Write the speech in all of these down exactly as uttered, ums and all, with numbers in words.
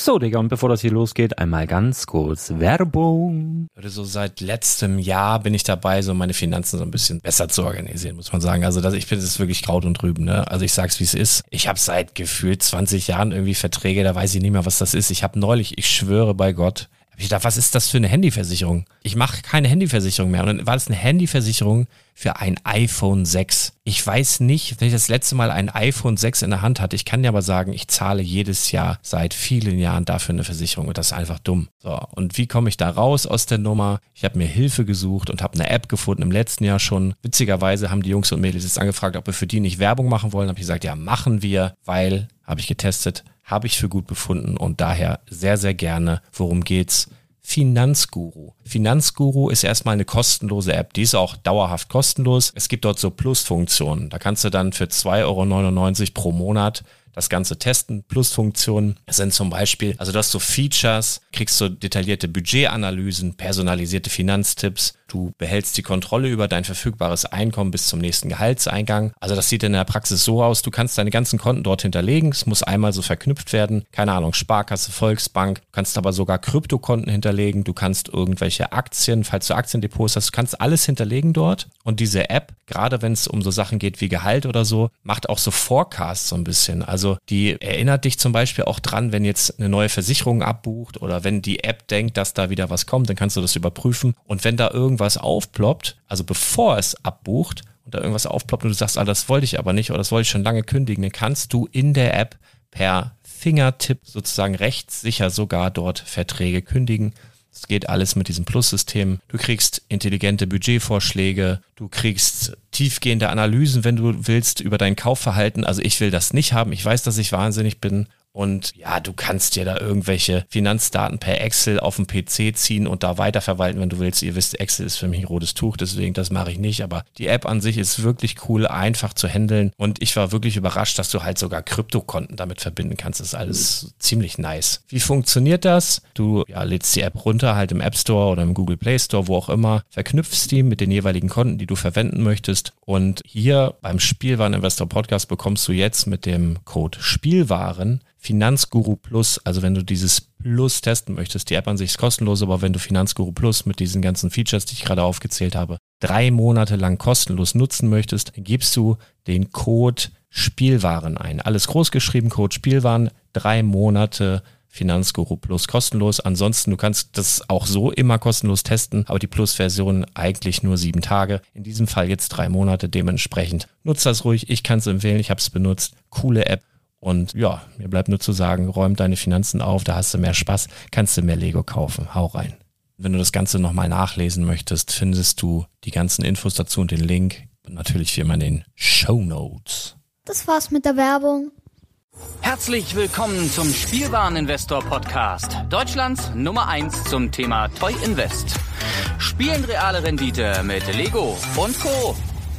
So, Digga, und bevor das hier losgeht, einmal ganz kurz Werbung. So seit letztem Jahr bin ich dabei, so meine Finanzen so ein bisschen besser zu organisieren, muss man sagen. Also das, ich finde, das ist wirklich Kraut und Rüben, ne? Also ich sag's, wie es ist. Ich habe seit gefühlt zwanzig Jahren irgendwie Verträge, da weiß ich nicht mehr, was das ist. Ich habe neulich, ich schwöre bei Gott, hab ich gedacht, was ist das für eine Handyversicherung? Ich mache keine Handyversicherung mehr. Und dann war das eine Handyversicherung für ein iPhone sechs. Ich weiß nicht, wenn ich das letzte Mal ein iPhone sechs in der Hand hatte. Ich kann dir aber sagen, ich zahle jedes Jahr seit vielen Jahren dafür eine Versicherung und das ist einfach dumm. So, und wie komme ich da raus aus der Nummer? Ich habe mir Hilfe gesucht und habe eine App gefunden im letzten Jahr schon. Witzigerweise haben die Jungs und Mädels jetzt angefragt, ob wir für die nicht Werbung machen wollen. Habe ich gesagt, ja, machen wir, weil, habe ich getestet, habe ich für gut befunden und daher sehr, sehr gerne. Worum geht's? Finanzguru. Finanzguru ist erstmal eine kostenlose App. Die ist auch dauerhaft kostenlos. Es gibt dort so Plusfunktionen. Da kannst du dann für zwei Euro neunundneunzig pro Monat das Ganze testen. Plusfunktionen sind zum Beispiel, also du hast so Features, kriegst so detaillierte Budgetanalysen, personalisierte Finanztipps. Du behältst die Kontrolle über dein verfügbares Einkommen bis zum nächsten Gehaltseingang. Also das sieht in der Praxis so aus, du kannst deine ganzen Konten dort hinterlegen. Es muss einmal so verknüpft werden. Keine Ahnung, Sparkasse, Volksbank. Du kannst aber sogar Kryptokonten hinterlegen. Du kannst irgendwelche Aktien, falls du Aktiendepots hast, du kannst alles hinterlegen dort. Und diese App, gerade wenn es um so Sachen geht wie Gehalt oder so, macht auch so Forecasts so ein bisschen. Also die erinnert dich zum Beispiel auch dran, wenn jetzt eine neue Versicherung abbucht oder wenn die App denkt, dass da wieder was kommt, dann kannst du das überprüfen. Und wenn da irgendwas was aufploppt, also bevor es abbucht und da irgendwas aufploppt und du sagst, ah, das wollte ich aber nicht oder das wollte ich schon lange kündigen, dann kannst du in der App per Fingertipp sozusagen rechtssicher sogar dort Verträge kündigen. Das geht alles mit diesem Plus-System. Du kriegst intelligente Budgetvorschläge, du kriegst tiefgehende Analysen, wenn du willst, über dein Kaufverhalten. Also ich will das nicht haben. Ich weiß, dass ich wahnsinnig bin. Und ja, du kannst dir da irgendwelche Finanzdaten per Excel auf dem P C ziehen und da weiterverwalten, wenn du willst. Ihr wisst, Excel ist für mich ein rotes Tuch, deswegen das mache ich nicht. Aber die App an sich ist wirklich cool, einfach zu handeln. Und ich war wirklich überrascht, dass du halt sogar Kryptokonten damit verbinden kannst. Das ist alles ziemlich nice. Wie funktioniert das? Du ja, lädst die App runter, halt im App Store oder im Google Play Store, wo auch immer, verknüpfst die mit den jeweiligen Konten, die du verwenden möchtest. Und hier beim Spielwareninvestor Podcast bekommst du jetzt mit dem Code Spielwaren Finanzguru Plus, also wenn du dieses Plus testen möchtest, die App an sich ist kostenlos, aber wenn du Finanzguru Plus mit diesen ganzen Features, die ich gerade aufgezählt habe, drei Monate lang kostenlos nutzen möchtest, dann gibst du den Code Spielwaren ein. Alles groß geschrieben, Code Spielwaren, drei Monate Finanzguru Plus kostenlos. Ansonsten, du kannst das auch so immer kostenlos testen, aber die Plus-Version eigentlich nur sieben Tage. In diesem Fall jetzt drei Monate, dementsprechend nutzt das ruhig. Ich kann es empfehlen, ich habe es benutzt. Coole App. Und ja, mir bleibt nur zu sagen, räum deine Finanzen auf, da hast du mehr Spaß, kannst du mehr Lego kaufen. Hau rein. Wenn du das Ganze nochmal nachlesen möchtest, findest du die ganzen Infos dazu und den Link. Und natürlich wie immer in den Shownotes. Das war's mit der Werbung. Herzlich willkommen zum Spielwareninvestor Podcast. Deutschlands Nummer eins zum Thema Toy Invest. Spielen reale Rendite mit Lego und Co.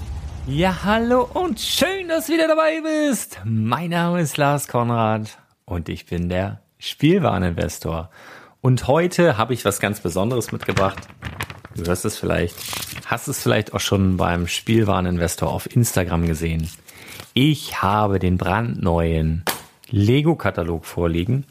Ja, hallo und schön, dass du wieder dabei bist. Mein Name ist Lars Konrad und ich bin der Spielwareninvestor. Und heute habe ich was ganz Besonderes mitgebracht. Du hörst es vielleicht, hast es vielleicht auch schon beim Spielwareninvestor auf Instagram gesehen. Ich habe den brandneuen Lego-Katalog vorliegen.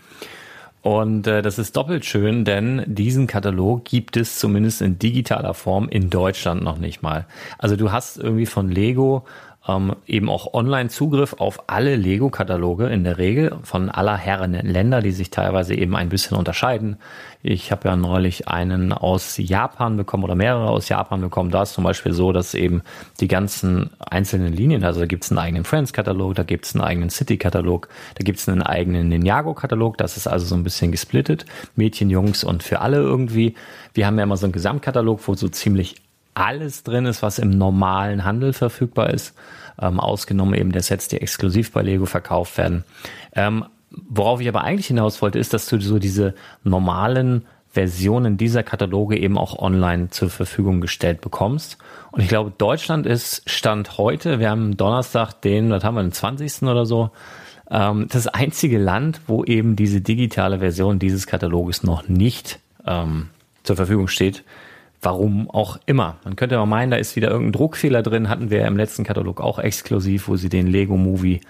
Und äh, das ist doppelt schön, denn diesen Katalog gibt es zumindest in digitaler Form in Deutschland noch nicht mal. Also du hast irgendwie von Lego ähm, eben auch Online-Zugriff auf alle Lego-Kataloge in der Regel von aller Herren Länder, die sich teilweise eben ein bisschen unterscheiden. Ich habe ja neulich einen aus Japan bekommen oder mehrere aus Japan bekommen. Da ist zum Beispiel so, dass eben die ganzen einzelnen Linien, also da gibt es einen eigenen Friends-Katalog, da gibt es einen eigenen City-Katalog, da gibt es einen eigenen Ninjago-Katalog. Das ist also so ein bisschen gesplittet. Mädchen, Jungs und für alle irgendwie. Wir haben ja immer so einen Gesamtkatalog, wo so ziemlich alles drin ist, was im normalen Handel verfügbar ist. Ähm, ausgenommen eben der Sets, die exklusiv bei Lego verkauft werden. Ähm, Worauf ich aber eigentlich hinaus wollte, ist, dass du so diese normalen Versionen dieser Kataloge eben auch online zur Verfügung gestellt bekommst. Und ich glaube, Deutschland ist Stand heute, wir haben Donnerstag den, was haben wir, den zwanzigsten oder so, ähm, das einzige Land, wo eben diese digitale Version dieses Kataloges noch nicht ähm, zur Verfügung steht. Warum auch immer. Man könnte auch meinen, da ist wieder irgendein Druckfehler drin, hatten wir im letzten Katalog auch exklusiv, wo sie den Lego Movie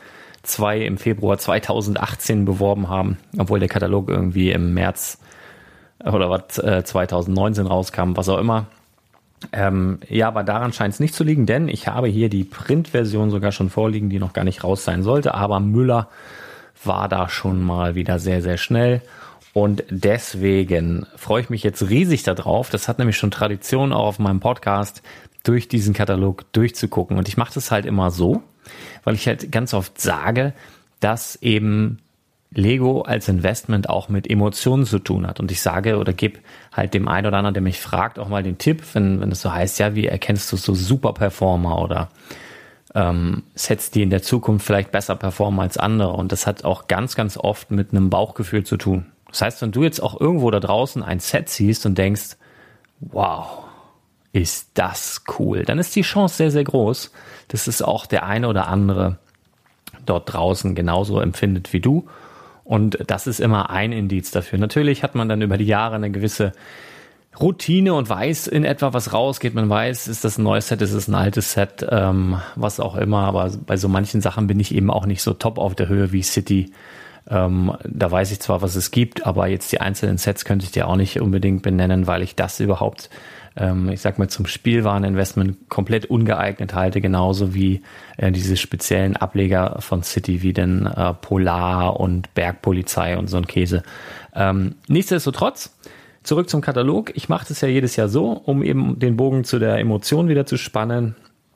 zwei im Februar zweitausendachtzehn beworben haben, obwohl der Katalog irgendwie im März oder was äh, zweitausendneunzehn rauskam, was auch immer. Ähm, ja, aber daran scheint es nicht zu liegen, denn ich habe hier die Printversion sogar schon vorliegen, die noch gar nicht raus sein sollte, aber Müller war da schon mal wieder sehr, sehr schnell und deswegen freue ich mich jetzt riesig darauf. Das hat nämlich schon Tradition auch auf meinem Podcast, durch diesen Katalog durchzugucken und ich mache das halt immer so, weil ich halt ganz oft sage, dass eben Lego als Investment auch mit Emotionen zu tun hat. Und ich sage oder gebe halt dem einen oder anderen, der mich fragt, auch mal den Tipp, wenn, wenn es so heißt, ja, wie erkennst du so Superperformer oder ähm, Sets, die in der Zukunft vielleicht besser performen als andere. Und das hat auch ganz, ganz oft mit einem Bauchgefühl zu tun. Das heißt, wenn du jetzt auch irgendwo da draußen ein Set siehst und denkst, wow, ist das cool, dann ist die Chance sehr, sehr groß, dass es auch der eine oder andere dort draußen genauso empfindet wie du. Und das ist immer ein Indiz dafür. Natürlich hat man dann über die Jahre eine gewisse Routine und weiß in etwa, was rausgeht. Man weiß, ist das ein neues Set, ist es ein altes Set, ähm, was auch immer. Aber bei so manchen Sachen bin ich eben auch nicht so top auf der Höhe wie City. Ähm, da weiß ich zwar, was es gibt, aber jetzt die einzelnen Sets könnte ich dir auch nicht unbedingt benennen, weil ich das überhaupt, ähm, ich sag mal, zum Spielwareninvestment komplett ungeeignet halte, genauso wie äh, diese speziellen Ableger von City, wie den äh, Polar und Bergpolizei und so ein Käse. Ähm, nichtsdestotrotz, zurück zum Katalog. Ich mache das ja jedes Jahr so, um eben den Bogen zu der Emotion wieder zu spannen.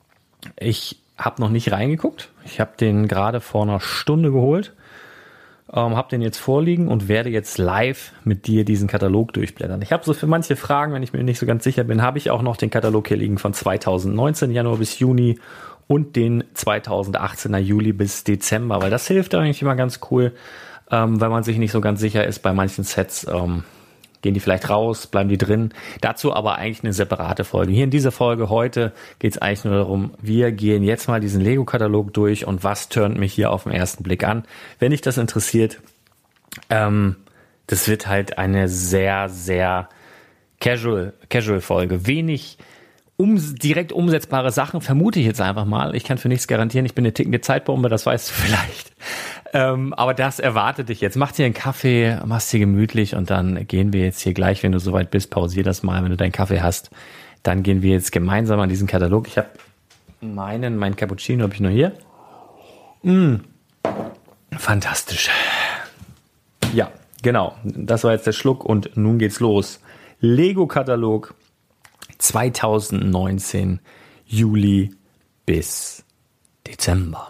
Ich habe noch nicht reingeguckt. Ich habe den gerade vor einer Stunde geholt. Ähm, habe den jetzt vorliegen und werde jetzt live mit dir diesen Katalog durchblättern. Ich habe so für manche Fragen, wenn ich mir nicht so ganz sicher bin, habe ich auch noch den Katalog hier liegen von zweitausendneunzehn, Januar bis Juni und den zweitausendachtzehner Juli bis Dezember, weil das hilft eigentlich immer ganz cool, ähm, wenn man sich nicht so ganz sicher ist bei manchen Sets, ähm, gehen die vielleicht raus, bleiben die drin. Dazu aber eigentlich eine separate Folge. Hier in dieser Folge heute geht es eigentlich nur darum, wir gehen jetzt mal diesen Lego-Katalog durch und was turnt mich hier auf den ersten Blick an. Wenn dich das interessiert, ähm, das wird halt eine sehr, sehr casual, casual Folge. Wenig um, direkt umsetzbare Sachen, vermute ich jetzt einfach mal. Ich kann für nichts garantieren, ich bin eine tickende Zeitbombe, das weißt du vielleicht. Ähm, aber das erwartet dich jetzt. Mach dir einen Kaffee, mach's dir gemütlich und dann gehen wir jetzt hier gleich, wenn du soweit bist, pausier das mal, wenn du deinen Kaffee hast. Dann gehen wir jetzt gemeinsam an diesen Katalog. Ich habe meinen, mein Cappuccino habe ich nur hier. Mm, fantastisch. Ja, genau. Das war jetzt der Schluck und nun geht's los. Lego-Katalog zweitausendneunzehn, Juli bis Dezember.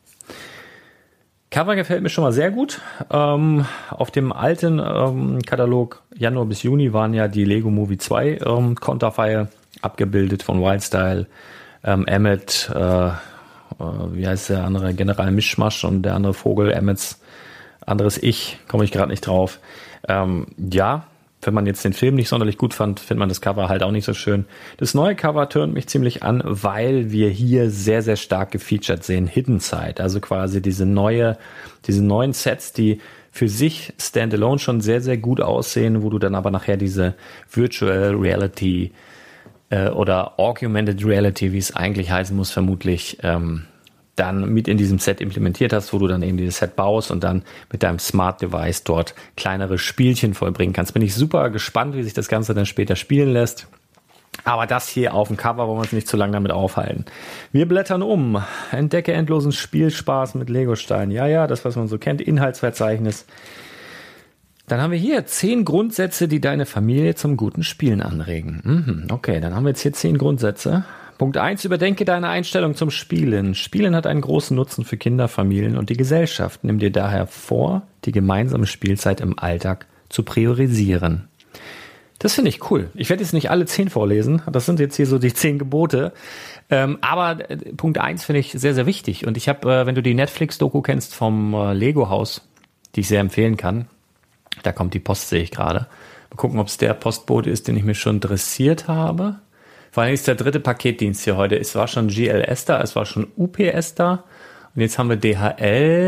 Cover gefällt mir schon mal sehr gut. Ähm, auf dem alten ähm, Katalog Januar bis Juni waren ja die Lego Movie zwei ähm, Konterfei abgebildet von Wildstyle, ähm, Emmet, äh, äh, wie heißt der andere, General Mischmasch und der andere Vogel, Emmets anderes Ich, komme ich gerade nicht drauf. Ähm, ja, wenn man jetzt den Film nicht sonderlich gut fand, findet man das Cover halt auch nicht so schön. Das neue Cover turnt mich ziemlich an, weil wir hier sehr, sehr stark gefeatured sehen. Hidden Side, also quasi diese neue, diese neuen Sets, die für sich standalone schon sehr, sehr gut aussehen, wo du dann aber nachher diese Virtual Reality äh, oder Augmented Reality, wie es eigentlich heißen muss, vermutlich, ähm, dann mit in diesem Set implementiert hast, wo du dann eben dieses Set baust und dann mit deinem Smart Device dort kleinere Spielchen vollbringen kannst. Bin ich super gespannt, wie sich das Ganze dann später spielen lässt. Aber das hier auf dem Cover wollen wir uns nicht zu lange damit aufhalten. Wir blättern um. Entdecke endlosen Spielspaß mit Legosteinen. Ja, ja, das, was man so kennt. Inhaltsverzeichnis. Dann haben wir hier zehn Grundsätze, die deine Familie zum guten Spielen anregen. Mhm, okay, dann haben wir jetzt hier zehn Grundsätze. Punkt eins, überdenke deine Einstellung zum Spielen. Spielen hat einen großen Nutzen für Kinder, Familien und die Gesellschaft. Nimm dir daher vor, die gemeinsame Spielzeit im Alltag zu priorisieren. Das finde ich cool. Ich werde jetzt nicht alle zehn vorlesen. Das sind jetzt hier so die zehn Gebote. Ähm, aber äh, Punkt eins finde ich sehr, sehr wichtig. Und ich habe, äh, wenn du die Netflix-Doku kennst vom äh, Lego-Haus, die ich sehr empfehlen kann, da kommt die Post, sehe ich gerade. Mal gucken, ob es der Postbote ist, den ich mir schon dressiert habe. Vor allem ist der dritte Paketdienst hier heute. Es war schon G L S da, es war schon U P S da. Und jetzt haben wir D H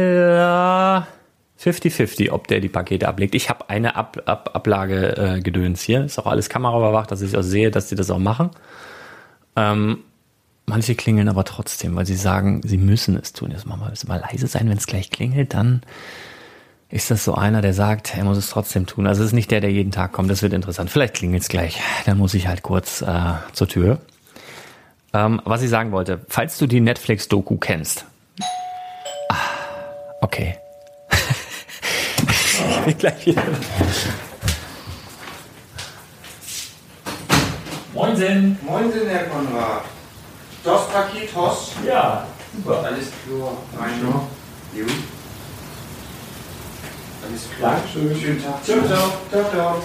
L fünfzig fünfzig, ob der die Pakete ablegt. Ich habe eine Ab- Ab- Ablage äh, gedöns hier. Ist auch alles kameraüberwacht, dass ich auch sehe, dass die das auch machen. Ähm, manche klingeln aber trotzdem, weil sie sagen, sie müssen es tun. Jetzt machen wir mal leise sein, wenn es gleich klingelt, dann ist das so einer, der sagt, er muss es trotzdem tun. Also es ist nicht der, der jeden Tag kommt, das wird interessant. Vielleicht klingelt es gleich, dann muss ich halt kurz äh, zur Tür. Ähm, was ich sagen wollte, falls du die Netflix-Doku kennst. Ah, okay. Ich bin gleich wieder. Moinsen. Moinsen, Herr Konrad. Das Paket hast? Ja, super. Alles klar. Rein noch. Gut. Alles klar. Dankeschön. Schönen Tag. Ciao, ciao. Ciao, ciao.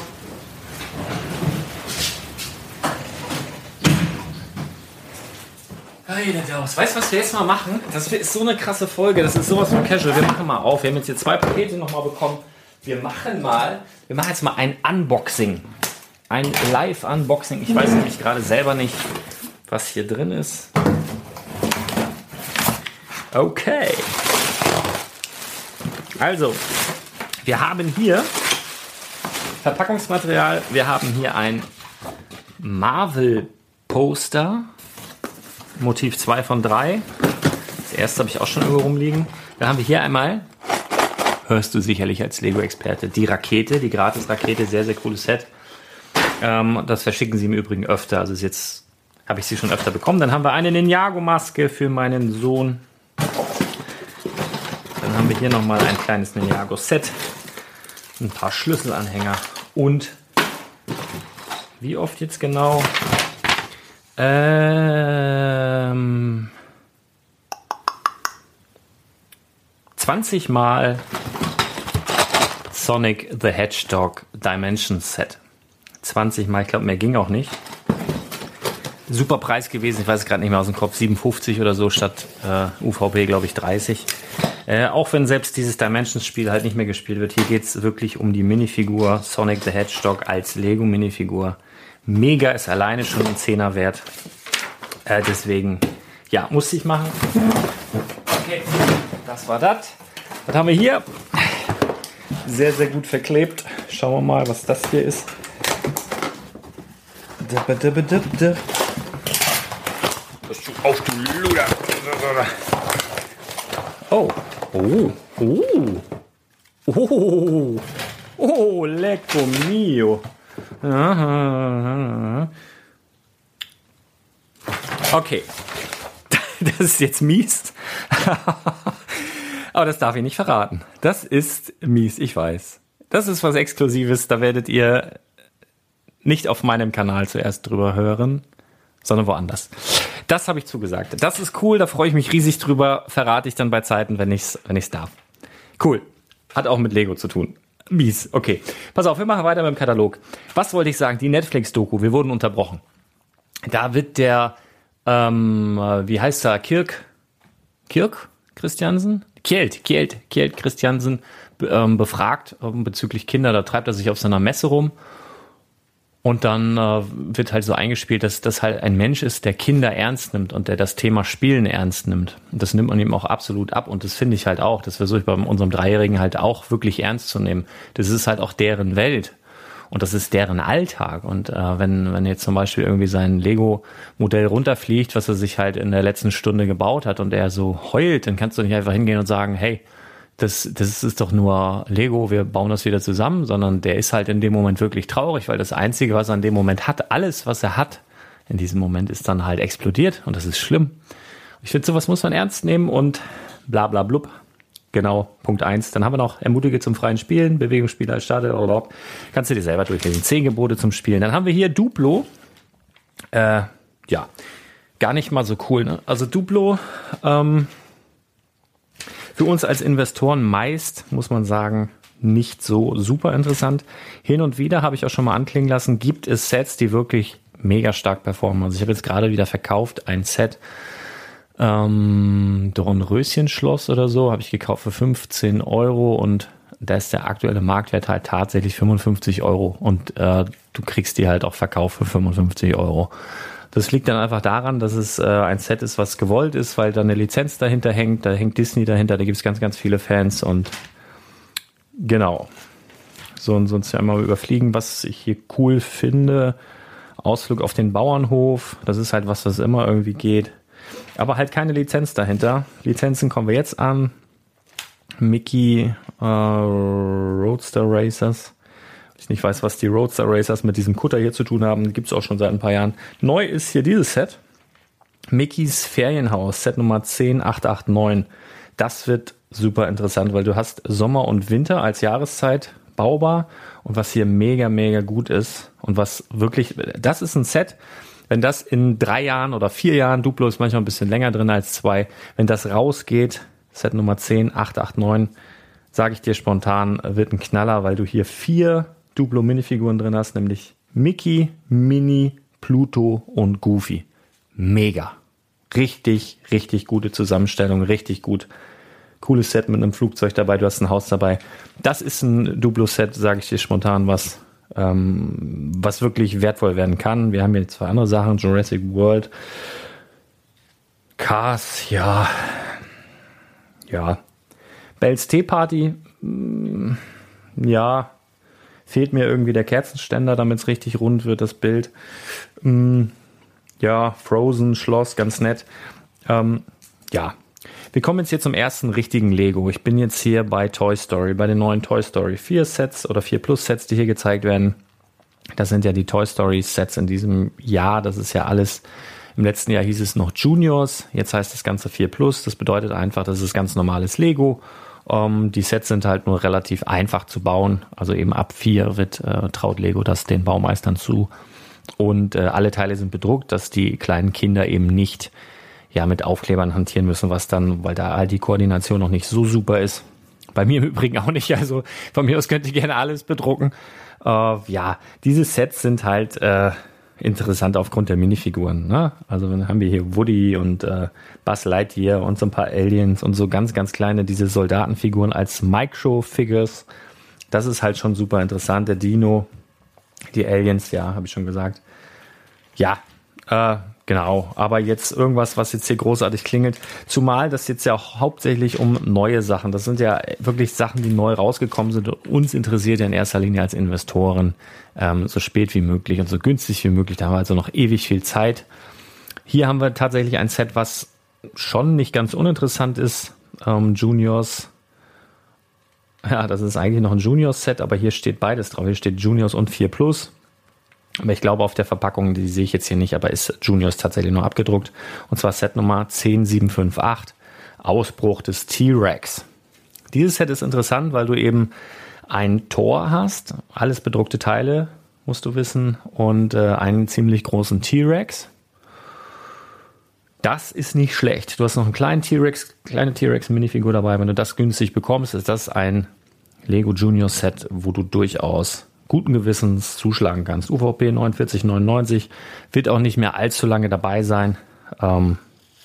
Hey, weißt du, was wir jetzt mal machen? Das ist so eine krasse Folge. Das ist sowas von casual. Wir machen mal auf. Wir haben jetzt hier zwei Pakete nochmal bekommen. Wir machen mal, wir machen jetzt mal ein Unboxing. Ein Live-Unboxing. Ich weiß nämlich gerade selber nicht, was hier drin ist. Okay. Also, wir haben hier Verpackungsmaterial. Wir haben hier ein Marvel-Poster. Motiv zwei von drei. Das erste habe ich auch schon irgendwo rumliegen. Dann haben wir hier einmal, hörst du sicherlich als Lego-Experte, die Rakete, die Gratis-Rakete. Sehr, sehr cooles Set. Ähm, das verschicken sie im Übrigen öfter. Also ist jetzt habe ich sie schon öfter bekommen. Dann haben wir eine Ninjago-Maske für meinen Sohn. Dann haben wir hier nochmal ein kleines Ninjago-Set. Ein paar Schlüsselanhänger. Und wie oft jetzt genau? Ähm, zwanzig Mal Sonic the Hedgehog Dimension Set. zwanzig Mal, ich glaube, mehr ging auch nicht. Super Preis gewesen, ich weiß es gerade nicht mehr aus dem Kopf, siebenundfünfzig oder so statt äh, U V P, glaube ich, dreißig. Äh, auch wenn selbst dieses Dimensions-Spiel halt nicht mehr gespielt wird, hier geht es wirklich um die Minifigur Sonic the Hedgehog als Lego-Minifigur. Mega, ist alleine schon ein Zehner wert. Äh, deswegen, ja, musste ich machen. Okay, das war das. Was haben wir hier? Sehr, sehr gut verklebt. Schauen wir mal, was das hier ist. Auf du Luder. Oh, oh, oh, oh, oh, lecco mio. Okay, das ist jetzt mies, aber das darf ich nicht verraten. Das ist mies, ich weiß. Das ist was Exklusives, da werdet ihr nicht auf meinem Kanal zuerst drüber hören, sondern woanders. Das habe ich zugesagt. Das ist cool, da freue ich mich riesig drüber, verrate ich dann bei Zeiten, wenn ich es wenn ich's darf. Cool, hat auch mit Lego zu tun. Mies, okay. Pass auf, wir machen weiter mit dem Katalog. Was wollte ich sagen? Die Netflix-Doku, wir wurden unterbrochen. Da wird der, ähm, wie heißt er, Kirk, Kirk Christiansen? Kjeld, Kjeld, Kjeld Christiansen ähm, befragt ähm, bezüglich Kinder. Da treibt er sich auf seiner Messe rum. Und dann äh, wird halt so eingespielt, dass das halt ein Mensch ist, der Kinder ernst nimmt und der das Thema Spielen ernst nimmt. Und das nimmt man ihm auch absolut ab. Und das finde ich halt auch. Das versuche ich bei unserem Dreijährigen halt auch wirklich ernst zu nehmen. Das ist halt auch deren Welt. Und das ist deren Alltag. Und äh, wenn wenn jetzt zum Beispiel irgendwie sein Lego-Modell runterfliegt, was er sich halt in der letzten Stunde gebaut hat und er so heult, dann kannst du nicht einfach hingehen und sagen, hey, das das ist doch nur Lego, wir bauen das wieder zusammen, sondern der ist halt in dem Moment wirklich traurig, weil das Einzige, was er in dem Moment hat, alles, was er hat, in diesem Moment ist dann halt explodiert und das ist schlimm. Ich finde, sowas muss man ernst nehmen und bla bla blub. Genau, Punkt eins. Dann haben wir noch Ermutige zum freien Spielen, Bewegungsspiele als Starter, oder kannst du dir selber durchlesen. Zehn Gebote zum Spielen. Dann haben wir hier Duplo. Äh, ja, gar nicht mal so cool, ne? Also Duplo, ähm, für uns als Investoren meist, muss man sagen, nicht so super interessant. Hin und wieder, habe ich auch schon mal anklingen lassen, gibt es Sets, die wirklich mega stark performen. Also ich habe jetzt gerade wieder verkauft ein Set, ähm, Dornröschenschloss oder so, habe ich gekauft für fünfzehn Euro und da ist der aktuelle Marktwert halt tatsächlich fünfundfünfzig Euro und äh, du kriegst die halt auch verkauft für fünfundfünfzig Euro. Das liegt dann einfach daran, dass es äh, ein Set ist, was gewollt ist, weil da eine Lizenz dahinter hängt, da hängt Disney dahinter, da gibt es ganz, ganz viele Fans und genau. So, und sonst ja einmal überfliegen, was ich hier cool finde. Ausflug auf den Bauernhof, das ist halt was, was immer irgendwie geht. aber halt keine Lizenz dahinter. Lizenzen kommen wir jetzt an. Mickey äh, Roadster Racers. Ich nicht weiß, was die Roadster Racers mit diesem Kutter hier zu tun haben. Gibt es auch schon seit ein paar Jahren. Neu ist hier dieses Set. Mickys Ferienhaus, Set Nummer zehn acht acht neun. Das wird super interessant, weil du hast Sommer und Winter als Jahreszeit baubar. Und was hier mega, mega gut ist und was wirklich, das ist ein Set, wenn das in drei Jahren oder vier Jahren, Duplo ist manchmal ein bisschen länger drin als zwei, wenn das rausgeht, Set Nummer zehn acht acht neun, sage ich dir spontan, wird ein Knaller, weil du hier vier Duplo-Minifiguren drin hast, nämlich Mickey, Minnie, Pluto und Goofy. Mega. Richtig, richtig gute Zusammenstellung, richtig gut. Cooles Set mit einem Flugzeug dabei, du hast ein Haus dabei. Das ist ein Duplo-Set, sage ich dir spontan, was, ähm, was wirklich wertvoll werden kann. Wir haben hier zwei andere Sachen, Jurassic World, Cars, ja, ja. Bells Tea Party, mh, ja, fehlt mir irgendwie der Kerzenständer, damit es richtig rund wird, das Bild. Mh, ja, Frozen, Schloss, ganz nett. Ähm, ja. Wir kommen jetzt hier zum ersten richtigen Lego. Ich bin jetzt hier bei Toy Story, bei den neuen Toy Story vier Sets oder vier Plus Sets, die hier gezeigt werden. Das sind ja die Toy Story Sets in diesem Jahr. Das ist ja alles, im letzten Jahr hieß es noch Juniors, jetzt heißt das Ganze vier Plus. Das bedeutet einfach, das ist ganz normales Lego. Um, die Sets sind halt nur relativ einfach zu bauen. Also eben ab vier wird, äh, traut Lego das den Baumeistern zu. Und äh, alle Teile sind bedruckt, dass die kleinen Kinder eben nicht ja mit Aufklebern hantieren müssen, was dann, weil da die Koordination noch nicht so super ist. Bei mir im Übrigen auch nicht, also von mir aus könnt ihr gerne alles bedrucken. Äh, ja, diese Sets sind halt äh, interessant aufgrund der Minifiguren, ne? Also dann haben wir hier Woody und äh, Buzz Lightyear und so ein paar Aliens und so ganz, ganz kleine, diese Soldatenfiguren als Micro-Figures. Das ist halt schon super interessant. Der Dino, die Aliens, ja, habe ich schon gesagt. Ja, äh, genau, aber jetzt irgendwas, was jetzt hier großartig klingelt, zumal das jetzt ja auch hauptsächlich um neue Sachen, das sind ja wirklich Sachen, die neu rausgekommen sind und uns interessiert ja in erster Linie als Investoren ähm, so spät wie möglich und so günstig wie möglich, da haben wir also noch ewig viel Zeit. Hier haben wir tatsächlich ein Set, was schon nicht ganz uninteressant ist, ähm, Juniors, ja, das ist eigentlich noch ein Juniors-Set, aber hier steht beides drauf, hier steht Juniors und vier Plus. Aber ich glaube, auf der Verpackung, die sehe ich jetzt hier nicht, aber ist Juniors tatsächlich nur abgedruckt. Und zwar Set Nummer zehn sieben fünf acht, Ausbruch des T-Rex. Dieses Set ist interessant, weil du eben ein Tor hast, alles bedruckte Teile, musst du wissen, und äh, einen ziemlich großen T-Rex. Das ist nicht schlecht. Du hast noch einen kleinen T-Rex, kleine T-Rex-Minifigur dabei. Wenn du das günstig bekommst, ist das ein Lego Junior Set, wo du durchaus guten Gewissens zuschlagen kannst. U V P neunundvierzig neunundneunzig wird auch nicht mehr allzu lange dabei sein. Ähm,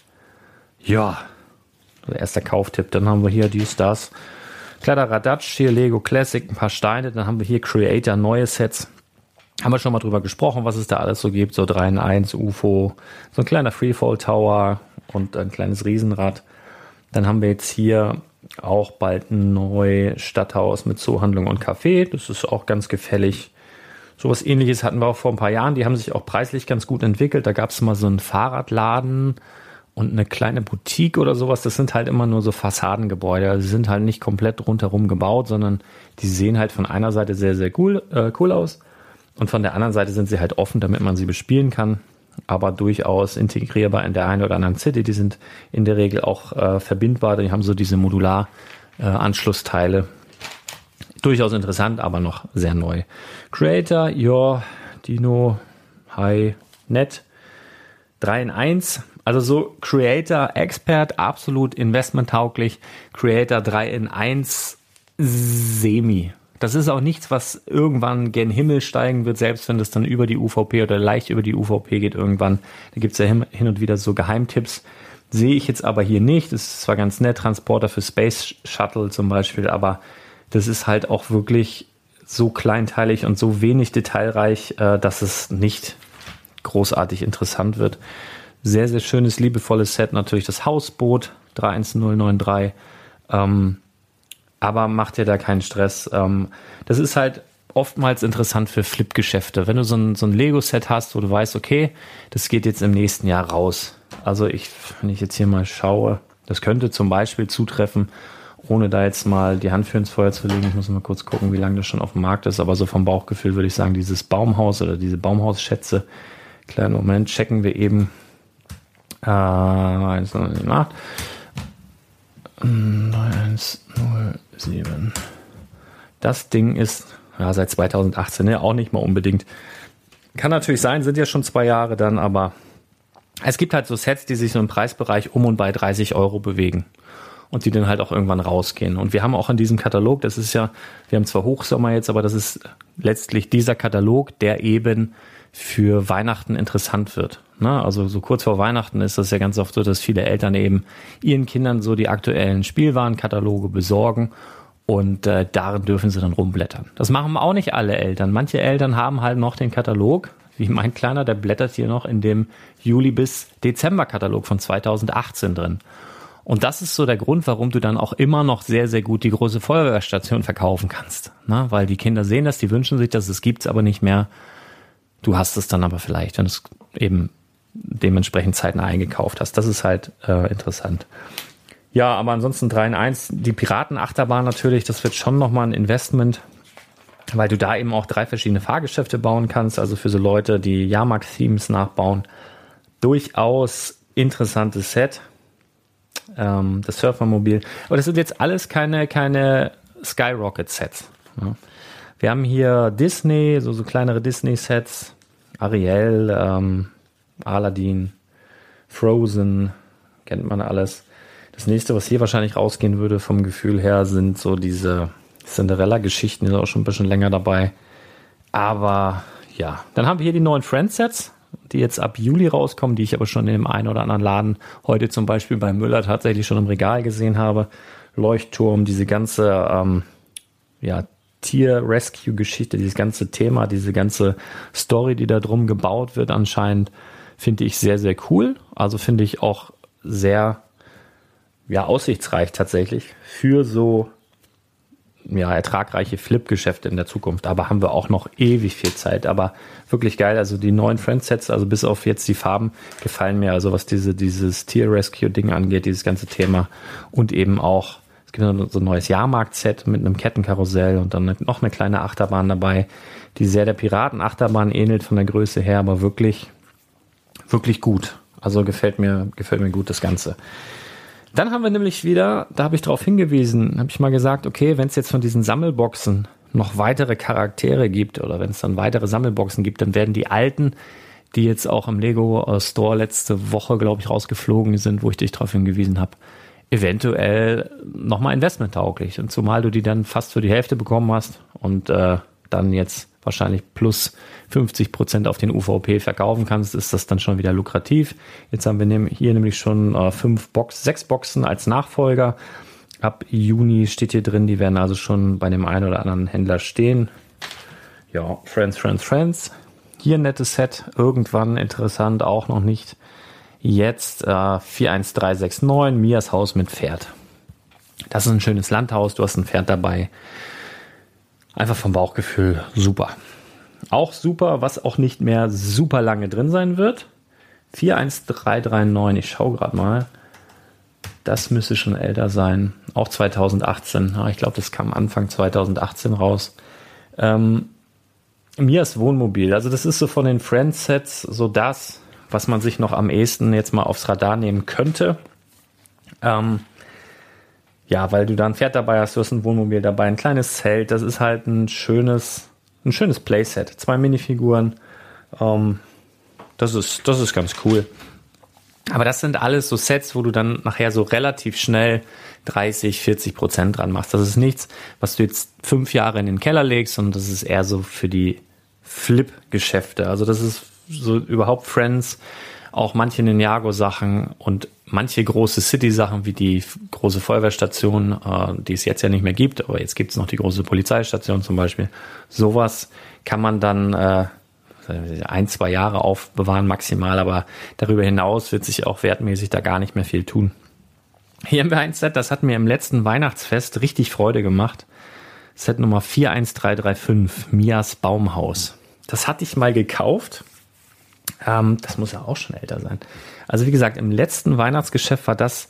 ja, erster Kauftipp. Dann haben wir hier dies, das. Kladderadatsch, hier Lego Classic, ein paar Steine. Dann haben wir hier Creator, neue Sets. Haben wir schon mal drüber gesprochen, was es da alles so gibt. So drei in eins, U F O, so ein kleiner Freefall Tower und ein kleines Riesenrad. Dann haben wir jetzt hier auch bald ein neues Stadthaus mit Zoohandlung und Café. Das ist auch ganz gefällig. Sowas Ähnliches hatten wir auch vor ein paar Jahren. Die haben sich auch preislich ganz gut entwickelt. Da gab es mal so einen Fahrradladen und eine kleine Boutique oder sowas. Das sind halt immer nur so Fassadengebäude. Also sie sind halt nicht komplett rundherum gebaut, sondern die sehen halt von einer Seite sehr, sehr cool, äh, cool aus. Und von der anderen Seite sind sie halt offen, damit man sie bespielen kann. Aber durchaus integrierbar in der einen oder anderen City. Die sind in der Regel auch äh, verbindbar. Die haben so diese Modular-Anschlussteile. Äh, durchaus interessant, aber noch sehr neu. Creator, ja, Dino, Hi, nett. drei in eins. Also so Creator Expert, absolut investmenttauglich. Creator drei in eins, semi. Das ist auch nichts, was irgendwann gen Himmel steigen wird, selbst wenn das dann über die U V P oder leicht über die U V P geht irgendwann. Da gibt es ja hin und wieder so Geheimtipps. Sehe ich jetzt aber hier nicht. Das ist zwar ganz nett, Transporter für Space Shuttle zum Beispiel, aber das ist halt auch wirklich so kleinteilig und so wenig detailreich, dass es nicht großartig interessant wird. Sehr, sehr schönes, liebevolles Set. Natürlich das Hausboot drei eins null neun drei. Ähm, aber macht dir da keinen Stress. Ähm, das ist halt oftmals interessant für Flip-Geschäfte. Wenn du so ein, so ein Lego-Set hast, wo du weißt, okay, das geht jetzt im nächsten Jahr raus. Also ich, wenn ich jetzt hier mal schaue, das könnte zum Beispiel zutreffen, ohne da jetzt mal die Hand für ins Feuer zu legen. Ich muss mal kurz gucken, wie lange das schon auf dem Markt ist. Aber so vom Bauchgefühl würde ich sagen, dieses Baumhaus oder diese Baumhausschätze. Kleinen Moment, checken wir eben. Äh, eins null sieben acht neun eins null sieben. Das Ding ist ja seit zweitausendachtzehn, ne, auch nicht mal unbedingt. Kann natürlich sein, sind ja schon zwei Jahre dann, aber es gibt halt so Sets, die sich so im Preisbereich um und bei dreißig Euro bewegen und die dann halt auch irgendwann rausgehen. Und wir haben auch in diesem Katalog, das ist ja, wir haben zwar Hochsommer jetzt, aber das ist letztlich dieser Katalog, der eben für Weihnachten interessant wird. Ne? Also so kurz vor Weihnachten ist das ja ganz oft so, dass viele Eltern eben ihren Kindern so die aktuellen Spielwarenkataloge besorgen und äh, darin dürfen sie dann rumblättern. Das machen auch nicht alle Eltern. Manche Eltern haben halt noch den Katalog, wie mein Kleiner, der blättert hier noch in dem Juli bis Dezember Katalog von zweitausendachtzehn drin. Und das ist so der Grund, warum du dann auch immer noch sehr, sehr gut die große Feuerwehrstation verkaufen kannst. Ne? Weil die Kinder sehen das, die wünschen sich das, es gibt's aber nicht mehr. Du hast es dann aber vielleicht, wenn du es eben dementsprechend zeitnah eingekauft hast. Das ist halt äh, interessant. Ja, aber ansonsten drei in eins, die Piratenachterbahn natürlich, das wird schon nochmal ein Investment, weil du da eben auch drei verschiedene Fahrgeschäfte bauen kannst, also für so Leute, die Jahrmarkt-Themes nachbauen. Durchaus interessantes Set. Ähm, das Surfermobil. Aber das sind jetzt alles keine, keine Skyrocket-Sets. Ja. Wir haben hier Disney, so, so kleinere Disney-Sets, Ariel, ähm, Aladdin, Frozen, kennt man alles. Das nächste, was hier wahrscheinlich rausgehen würde vom Gefühl her, sind so diese Cinderella-Geschichten, die sind auch schon ein bisschen länger dabei. Aber ja, dann haben wir hier die neuen Friends-Sets, die jetzt ab Juli rauskommen, die ich aber schon in dem einen oder anderen Laden heute zum Beispiel bei Müller tatsächlich schon im Regal gesehen habe. Leuchtturm, diese ganze ähm, ja, Tier-Rescue-Geschichte, dieses ganze Thema, diese ganze Story, die da drum gebaut wird anscheinend, finde ich sehr, sehr cool. Also finde ich auch sehr ja, aussichtsreich tatsächlich für so ja, ertragreiche Flip-Geschäfte in der Zukunft. Aber haben wir auch noch ewig viel Zeit. Aber wirklich geil. Also die neuen Friends-Sets, also bis auf jetzt die Farben, gefallen mir. Also was diese, dieses Tier-Rescue-Ding angeht, dieses ganze Thema. Und eben auch, es gibt so ein neues Jahrmarkt-Set mit einem Kettenkarussell und dann noch eine kleine Achterbahn dabei, die sehr der Piraten-Achterbahn ähnelt von der Größe her, aber wirklich, wirklich gut. Also gefällt mir, gefällt mir gut das Ganze. Dann haben wir nämlich wieder, da habe ich darauf hingewiesen, habe ich mal gesagt, okay, wenn es jetzt von diesen Sammelboxen noch weitere Charaktere gibt oder wenn es dann weitere Sammelboxen gibt, dann werden die alten, die jetzt auch im Lego Store letzte Woche, glaube ich, rausgeflogen sind, wo ich dich darauf hingewiesen habe, eventuell nochmal investmenttauglich. Und zumal du die dann fast für die Hälfte bekommen hast und äh, dann jetzt wahrscheinlich plus fünfzig Prozent auf den U V P verkaufen kannst, ist das dann schon wieder lukrativ. Jetzt haben wir hier nämlich schon äh, fünf Box, sechs Boxen als Nachfolger. Ab Juni steht hier drin, die werden also schon bei dem einen oder anderen Händler stehen. Ja, Friends, Friends, Friends. Hier ein nettes Set, irgendwann interessant, auch noch nicht. Jetzt äh, vier eins drei sechs neun, Mias Haus mit Pferd. Das ist ein schönes Landhaus, du hast ein Pferd dabei. Einfach vom Bauchgefühl super. Auch super, was auch nicht mehr super lange drin sein wird. vier eins drei drei neun, ich schaue gerade mal. Das müsste schon älter sein. Auch zweitausendachtzehn. Ich glaube, das kam Anfang zweitausendachtzehn raus. Ähm, Mias Wohnmobil. Also das ist so von den Friends-Sets so das, was man sich noch am ehesten jetzt mal aufs Radar nehmen könnte. Ähm, Ja, weil du da ein Pferd dabei hast, du hast ein Wohnmobil dabei, ein kleines Zelt. Das ist halt ein schönes, ein schönes Playset. Zwei Minifiguren. Ähm, das ist, das ist ganz cool. Aber das sind alles so Sets, wo du dann nachher so relativ schnell dreißig, vierzig Prozent dran machst. Das ist nichts, was du jetzt fünf Jahre in den Keller legst, sondern das ist eher so für die Flip-Geschäfte. Also das ist so überhaupt Friends, auch manche Ninjago-Sachen und manche große City-Sachen wie die große Feuerwehrstation, äh, die es jetzt ja nicht mehr gibt, aber jetzt gibt es noch die große Polizeistation zum Beispiel. Sowas kann man dann äh, ein, zwei Jahre aufbewahren maximal, aber darüber hinaus wird sich auch wertmäßig da gar nicht mehr viel tun. Hier haben wir ein Set, das hat mir im letzten Weihnachtsfest richtig Freude gemacht. Set Nummer vier eins drei drei fünf, Mias Baumhaus. Das hatte ich mal gekauft. Ähm, das muss ja auch schon älter sein. Also wie gesagt, im letzten Weihnachtsgeschäft war das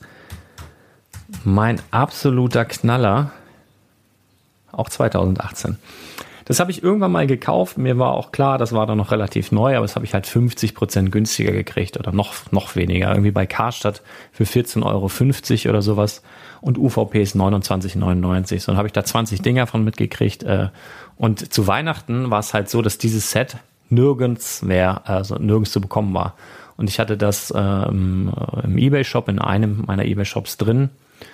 mein absoluter Knaller. Auch zweitausendachtzehn. Das habe ich irgendwann mal gekauft. Mir war auch klar, das war dann noch relativ neu, aber das habe ich halt fünfzig Prozent günstiger gekriegt oder noch, noch weniger. Irgendwie bei Karstadt für vierzehn Euro fünfzig oder sowas. Und U V P ist neunundzwanzig neunundneunzig. So, dann habe ich da zwanzig Dinger von mitgekriegt. Und zu Weihnachten war es halt so, dass dieses Set nirgends mehr, also nirgends zu bekommen war. Und ich hatte das ähm, im eBay-Shop, in einem meiner eBay-Shops drin.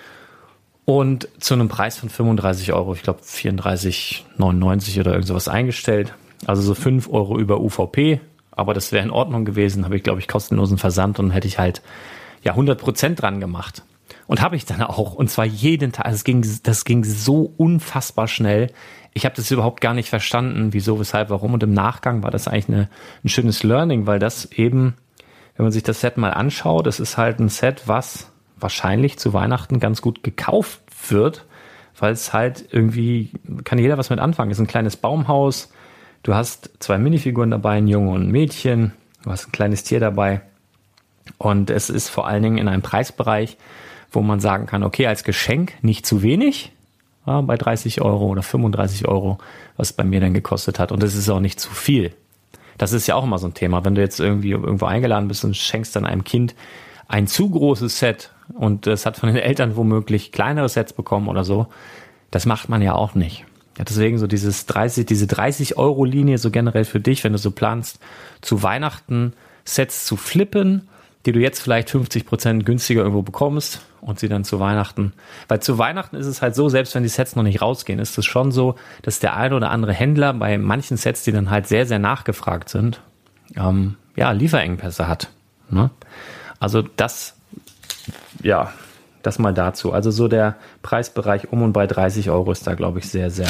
Und zu einem Preis von fünfunddreißig Euro, ich glaube vierunddreißig neunundneunzig oder irgend sowas eingestellt. Also so fünf Euro über U V P. Aber das wäre in Ordnung gewesen. Habe ich, glaube ich, kostenlosen Versand und hätte ich halt ja hundert Prozent dran gemacht. Und habe ich dann auch. Und zwar jeden Tag. Also es ging, das ging so unfassbar schnell. Ich habe das überhaupt gar nicht verstanden, wieso, weshalb, warum. Und im Nachgang war das eigentlich eine, ein schönes Learning, weil das eben, wenn man sich das Set mal anschaut, das ist halt ein Set, was wahrscheinlich zu Weihnachten ganz gut gekauft wird, weil es halt irgendwie, kann jeder was mit anfangen. Es ist ein kleines Baumhaus, du hast zwei Minifiguren dabei, ein Junge und ein Mädchen, du hast ein kleines Tier dabei und es ist vor allen Dingen in einem Preisbereich, wo man sagen kann, okay, als Geschenk nicht zu wenig, ja, bei dreißig Euro oder fünfunddreißig Euro, was es bei mir dann gekostet hat, und es ist auch nicht zu viel. Das ist ja auch immer so ein Thema, wenn du jetzt irgendwie irgendwo eingeladen bist und schenkst dann einem Kind ein zu großes Set und es hat von den Eltern womöglich kleinere Sets bekommen oder so, das macht man ja auch nicht. Ja, deswegen so dieses dreißig, diese dreißig Euro Linie so generell für dich, wenn du so planst, zu Weihnachten Sets zu flippen, die du jetzt vielleicht fünfzig Prozent günstiger irgendwo bekommst und sie dann zu Weihnachten, weil zu Weihnachten ist es halt so, selbst wenn die Sets noch nicht rausgehen, ist es schon so, dass der eine oder andere Händler bei manchen Sets, die dann halt sehr, sehr nachgefragt sind, ähm, ja, Lieferengpässe hat, ne? Also das, ja, das mal dazu. Also so der Preisbereich um und bei dreißig Euro ist da, glaube ich, sehr, sehr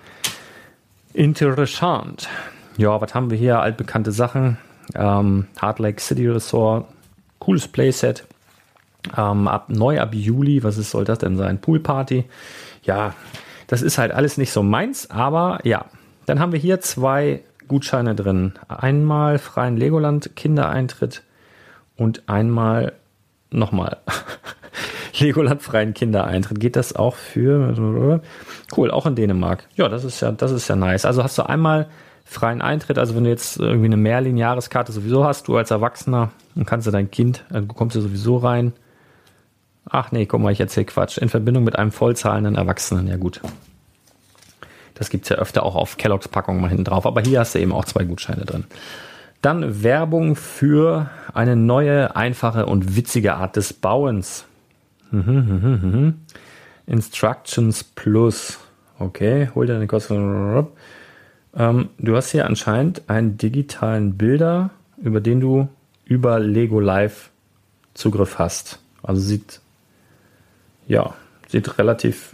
interessant. Ja, was haben wir hier? Altbekannte Sachen. Ähm, Heart Lake City Resort, cooles Playset. Ähm, ab, neu ab Juli, was ist, soll das denn sein? Poolparty. Ja, das ist halt alles nicht so meins, aber ja. Dann haben wir hier zwei Gutscheine drin. Einmal freien Legoland Kindereintritt und einmal nochmal Legoland freien Kindereintritt. Geht das auch für, cool, auch in Dänemark. Ja, das ist ja, das ist ja nice. Also hast du einmal freien Eintritt, also wenn du jetzt irgendwie eine Merlin-Jahreskarte sowieso hast, du als Erwachsener, dann kannst du dein Kind, also du kommst ja sowieso rein. Ach nee, guck mal, ich erzähl Quatsch. In Verbindung mit einem vollzahlenden Erwachsenen, ja gut. Das gibt's ja öfter auch auf Kellogg's Packungen mal hinten drauf, aber hier hast du eben auch zwei Gutscheine drin. Dann Werbung für eine neue, einfache und witzige Art des Bauens. Mhm, mhm, mhm. Instructions Plus. Okay, hol dir eine Kosten. Ähm, du hast hier anscheinend einen digitalen Bilder, über den du über Lego Live Zugriff hast. Also sieht, ja, sieht relativ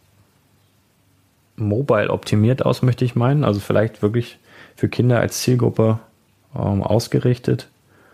mobile optimiert aus, möchte ich meinen. Also vielleicht wirklich für Kinder als Zielgruppe ähm, ausgerichtet.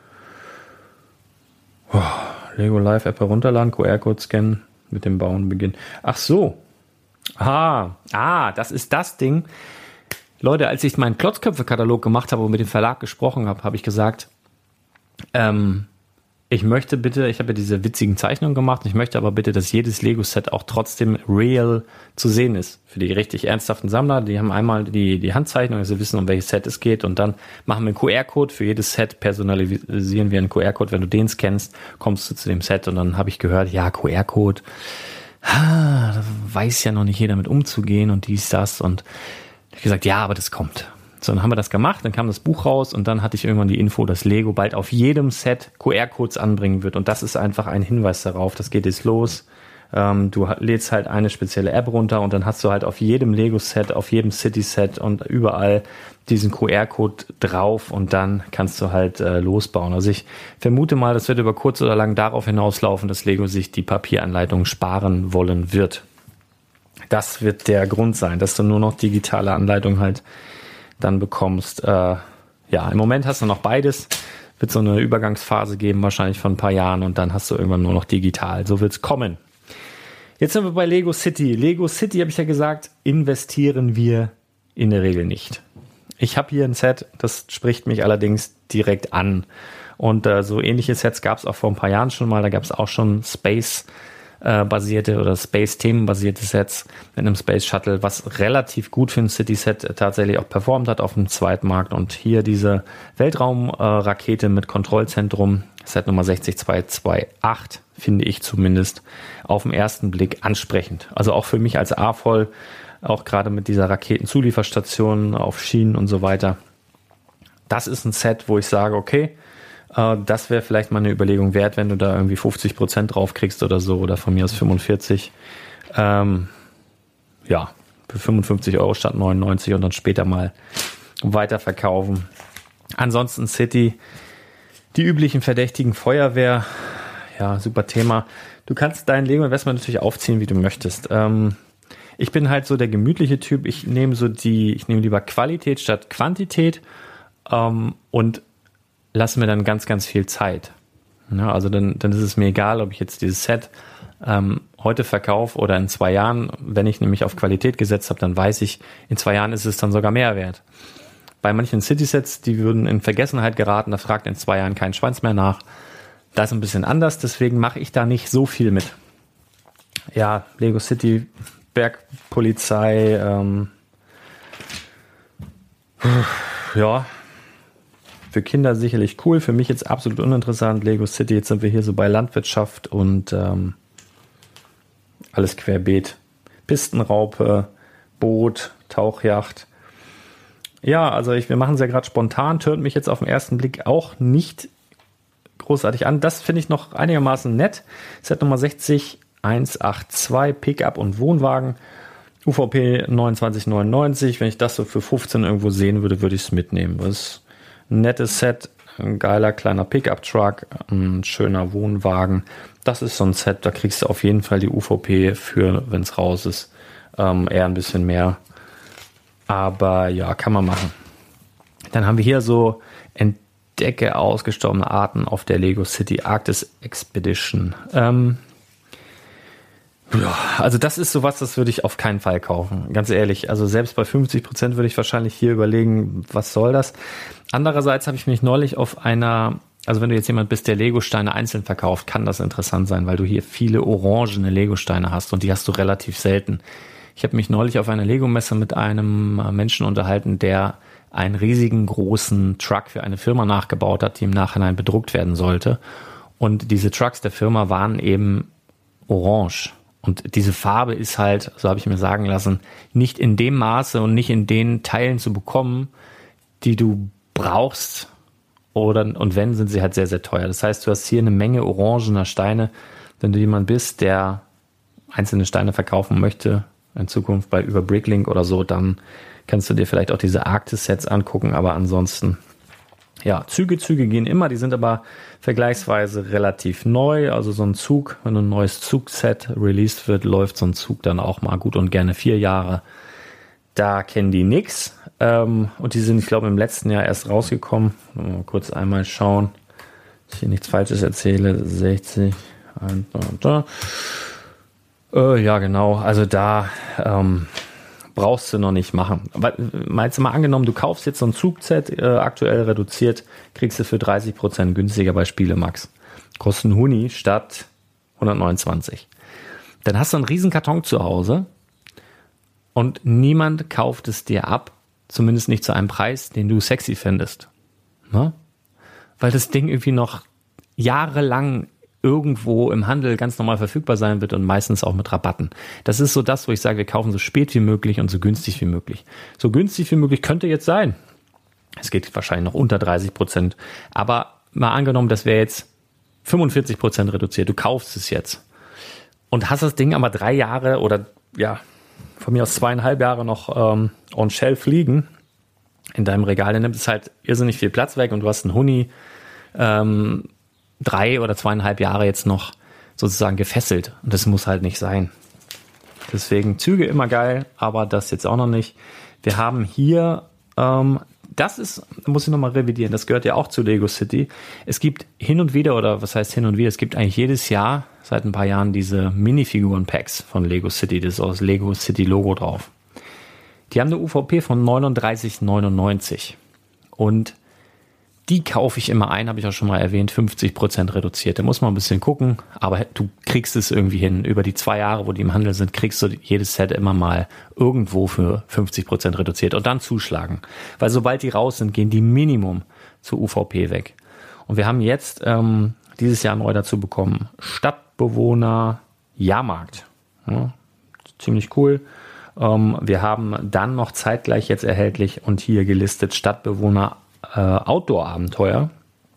Oh, Lego Live App herunterladen, Q R-Code scannen, mit dem Bauen beginnen. Ach so. Ah, ah, das ist das Ding. Leute, als ich meinen Klotzköpfe-Katalog gemacht habe und mit dem Verlag gesprochen habe, habe ich gesagt, ähm, ich möchte bitte, ich habe ja diese witzigen Zeichnungen gemacht, ich möchte aber bitte, dass jedes Lego-Set auch trotzdem real zu sehen ist. Für die richtig ernsthaften Sammler, die haben einmal die, die Handzeichnung, dass sie wissen, um welches Set es geht, und dann machen wir einen Q R-Code für jedes Set, personalisieren wir einen Q R-Code, wenn du den scannst, kommst du zu dem Set, und dann habe ich gehört, ja, Q R-Code, ah, da weiß ja noch nicht jeder mit umzugehen und dies, das, und ich habe gesagt, ja, aber das kommt. So, dann haben wir das gemacht, dann kam das Buch raus und dann hatte ich irgendwann die Info, dass Lego bald auf jedem Set Q R-Codes anbringen wird, und das ist einfach ein Hinweis darauf, das geht jetzt los. Ähm, du lädst halt eine spezielle App runter und dann hast du halt auf jedem Lego-Set, auf jedem City-Set und überall diesen Q R-Code drauf, und dann kannst du halt äh, losbauen. Also ich vermute mal, das wird über kurz oder lang darauf hinauslaufen, dass Lego sich die Papieranleitung sparen wollen wird. Das wird der Grund sein, dass du nur noch digitale Anleitungen halt dann bekommst. Äh, ja, im Moment hast du noch beides. Wird so eine Übergangsphase geben, wahrscheinlich von ein paar Jahren, und dann hast du irgendwann nur noch digital. So wird's kommen. Jetzt sind wir bei Lego City. Lego City, habe ich ja gesagt, investieren wir in der Regel nicht. Ich habe hier ein Set, das spricht mich allerdings direkt an. Und äh, so ähnliche Sets gab es auch vor ein paar Jahren schon mal. Da gab es auch schon Space-basierte oder Space-Themen-basierte Sets mit einem Space Shuttle, was relativ gut für ein City-Set tatsächlich auch performt hat auf dem Zweitmarkt. Und hier diese Weltraumrakete äh, mit Kontrollzentrum, Set Nummer sechs zwei zwei acht, finde ich zumindest auf den ersten Blick ansprechend. Also auch für mich als A-Voll, auch gerade mit dieser Raketenzulieferstation auf Schienen und so weiter. Das ist ein Set, wo ich sage, okay, äh, das wäre vielleicht mal eine Überlegung wert, wenn du da irgendwie fünfzig Prozent drauf kriegst oder so, oder von mir aus fünfundvierzig. Ähm, ja, für fünfundfünfzig Euro statt neunundneunzig und dann später mal weiterverkaufen. Ansonsten City, die üblichen verdächtigen Feuerwehr, ja, super Thema. Du kannst dein Lego-Investment natürlich aufziehen, wie du möchtest. Ähm, ich bin halt so der gemütliche Typ. Ich nehme so die, ich nehme lieber Qualität statt Quantität ähm, und lasse mir dann ganz, ganz viel Zeit. Ja, also dann, dann ist es mir egal, ob ich jetzt dieses Set ähm, heute verkaufe oder in zwei Jahren. Wenn ich nämlich auf Qualität gesetzt habe, dann weiß ich, in zwei Jahren ist es dann sogar mehr wert. Bei manchen City-Sets, die würden in Vergessenheit geraten, da fragt in zwei Jahren kein Schwanz mehr nach. Das ist ein bisschen anders, deswegen mache ich da nicht so viel mit. Ja, Lego City, Bergpolizei, ähm, ja, für Kinder sicherlich cool, für mich jetzt absolut uninteressant. Lego City, jetzt sind wir hier so bei Landwirtschaft und ähm, alles querbeet. Pistenraupe, Boot, Tauchjacht. Ja, also ich, wir machen es ja gerade spontan, tönt mich jetzt auf den ersten Blick auch nicht großartig an. Das finde ich noch einigermaßen nett. Set Nummer sechzig eins acht zwei, Pickup und Wohnwagen. U V P neunundzwanzig neunundneunzig. Wenn ich das so für fünfzehn irgendwo sehen würde, würde ich es mitnehmen. Das ist ein nettes Set, ein geiler kleiner Pickup-Truck, ein schöner Wohnwagen. Das ist so ein Set, da kriegst du auf jeden Fall die U V P für, wenn es raus ist, ähm, eher ein bisschen mehr. Aber ja, kann man machen. Dann haben wir hier so entdecke ausgestorbene Arten auf der Lego City Arctis Expedition. Ähm, ja, also das ist sowas, das würde ich auf keinen Fall kaufen. Ganz ehrlich, also selbst bei fünfzig Prozent würde ich wahrscheinlich hier überlegen, was soll das? Andererseits habe ich mich neulich auf einer, also wenn du jetzt jemand bist, der Lego-Steine einzeln verkauft, kann das interessant sein, weil du hier viele orangene Lego-Steine hast und die hast du relativ selten. Ich habe mich neulich auf einer Lego-Messe mit einem Menschen unterhalten, der einen riesigen, großen Truck für eine Firma nachgebaut hat, die im Nachhinein bedruckt werden sollte. Und diese Trucks der Firma waren eben orange. Und diese Farbe ist halt, so habe ich mir sagen lassen, nicht in dem Maße und nicht in den Teilen zu bekommen, die du brauchst. Oder, und wenn, sind sie halt sehr, sehr teuer. Das heißt, du hast hier eine Menge orangener Steine. Wenn du jemand bist, der einzelne Steine verkaufen möchte, in Zukunft bei über Bricklink oder so, dann kannst du dir vielleicht auch diese Arktis-Sets angucken, aber ansonsten, ja, Züge, Züge gehen immer, die sind aber vergleichsweise relativ neu, also so ein Zug, wenn ein neues Zugset released wird, läuft so ein Zug dann auch mal gut und gerne vier Jahre. Da kennen die nix, ähm, und die sind, ich glaube, im letzten Jahr erst rausgekommen. Mal kurz einmal schauen, dass ich hier nichts Falsches erzähle, sechzig, da, da. Äh, ja, genau. Also da ähm, brauchst du noch nicht machen. Aber mal jetzt mal angenommen, du kaufst jetzt so ein Zugset, äh, aktuell reduziert, kriegst du für dreißig Prozent günstiger bei Spielemax. Kostet ein Huni statt hundertneunundzwanzig. Dann hast du einen riesen Karton zu Hause und niemand kauft es dir ab, zumindest nicht zu einem Preis, den du sexy findest. Ne? Weil das Ding irgendwie noch jahrelang irgendwo im Handel ganz normal verfügbar sein wird und meistens auch mit Rabatten. Das ist so das, wo ich sage, wir kaufen so spät wie möglich und so günstig wie möglich. So günstig wie möglich könnte jetzt sein. Es geht wahrscheinlich noch unter dreißig Prozent. Aber mal angenommen, das wäre jetzt fünfundvierzig Prozent reduziert. Du kaufst es jetzt und hast das Ding aber drei Jahre oder ja, von mir aus zweieinhalb Jahre noch ähm, on shelf liegen in deinem Regal. Dann nimmt es halt irrsinnig viel Platz weg und du hast einen Huni, ähm, drei oder zweieinhalb Jahre jetzt noch sozusagen gefesselt. Und das muss halt nicht sein. Deswegen Züge immer geil, aber das jetzt auch noch nicht. Wir haben hier, ähm, das ist, muss ich nochmal revidieren, das gehört ja auch zu Lego City. Es gibt hin und wieder, oder was heißt hin und wieder, es gibt eigentlich jedes Jahr, seit ein paar Jahren, diese Minifiguren-Packs von Lego City. Das ist auch das Lego City Logo drauf. Die haben eine U V P von neununddreißig neunundneunzig. Und die kaufe ich immer ein, habe ich auch schon mal erwähnt, fünfzig Prozent reduziert. Da muss man ein bisschen gucken, aber du kriegst es irgendwie hin. Über die zwei Jahre, wo die im Handel sind, kriegst du jedes Set immer mal irgendwo für fünfzig Prozent reduziert und dann zuschlagen. Weil sobald die raus sind, gehen die Minimum zur U V P weg. Und wir haben jetzt ähm, dieses Jahr neu dazu bekommen, Stadtbewohner Jahrmarkt. Ja, ziemlich cool. Ähm, wir haben dann noch zeitgleich jetzt erhältlich und hier gelistet Stadtbewohner Outdoor-Abenteuer.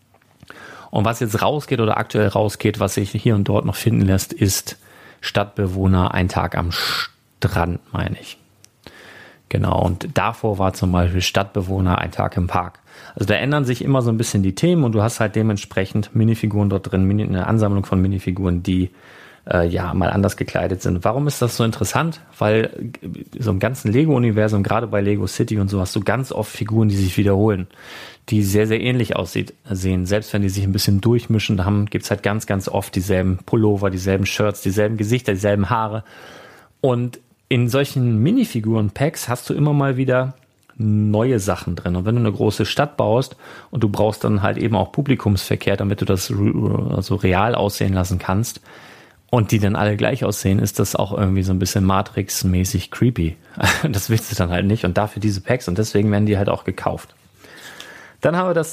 Und was jetzt rausgeht oder aktuell rausgeht, was sich hier und dort noch finden lässt, ist Stadtbewohner ein Tag am Strand, meine ich. Genau, und davor war zum Beispiel Stadtbewohner ein Tag im Park. Also da ändern sich immer so ein bisschen die Themen und du hast halt dementsprechend Minifiguren dort drin, eine Ansammlung von Minifiguren, die äh, ja mal anders gekleidet sind. Warum ist das so interessant? Weil so im ganzen Lego-Universum, gerade bei Lego City und so, hast du ganz oft Figuren, die sich wiederholen, die sehr, sehr ähnlich aussehen. Selbst wenn die sich ein bisschen durchmischen, da gibt es halt ganz, ganz oft dieselben Pullover, dieselben Shirts, dieselben Gesichter, dieselben Haare. Und in solchen Minifiguren-Packs hast du immer mal wieder neue Sachen drin. Und wenn du eine große Stadt baust und du brauchst dann halt eben auch Publikumsverkehr, damit du das also real aussehen lassen kannst und die dann alle gleich aussehen, ist das auch irgendwie so ein bisschen Matrix-mäßig creepy. Das willst du dann halt nicht und dafür diese Packs und deswegen werden die halt auch gekauft. Dann haben wir das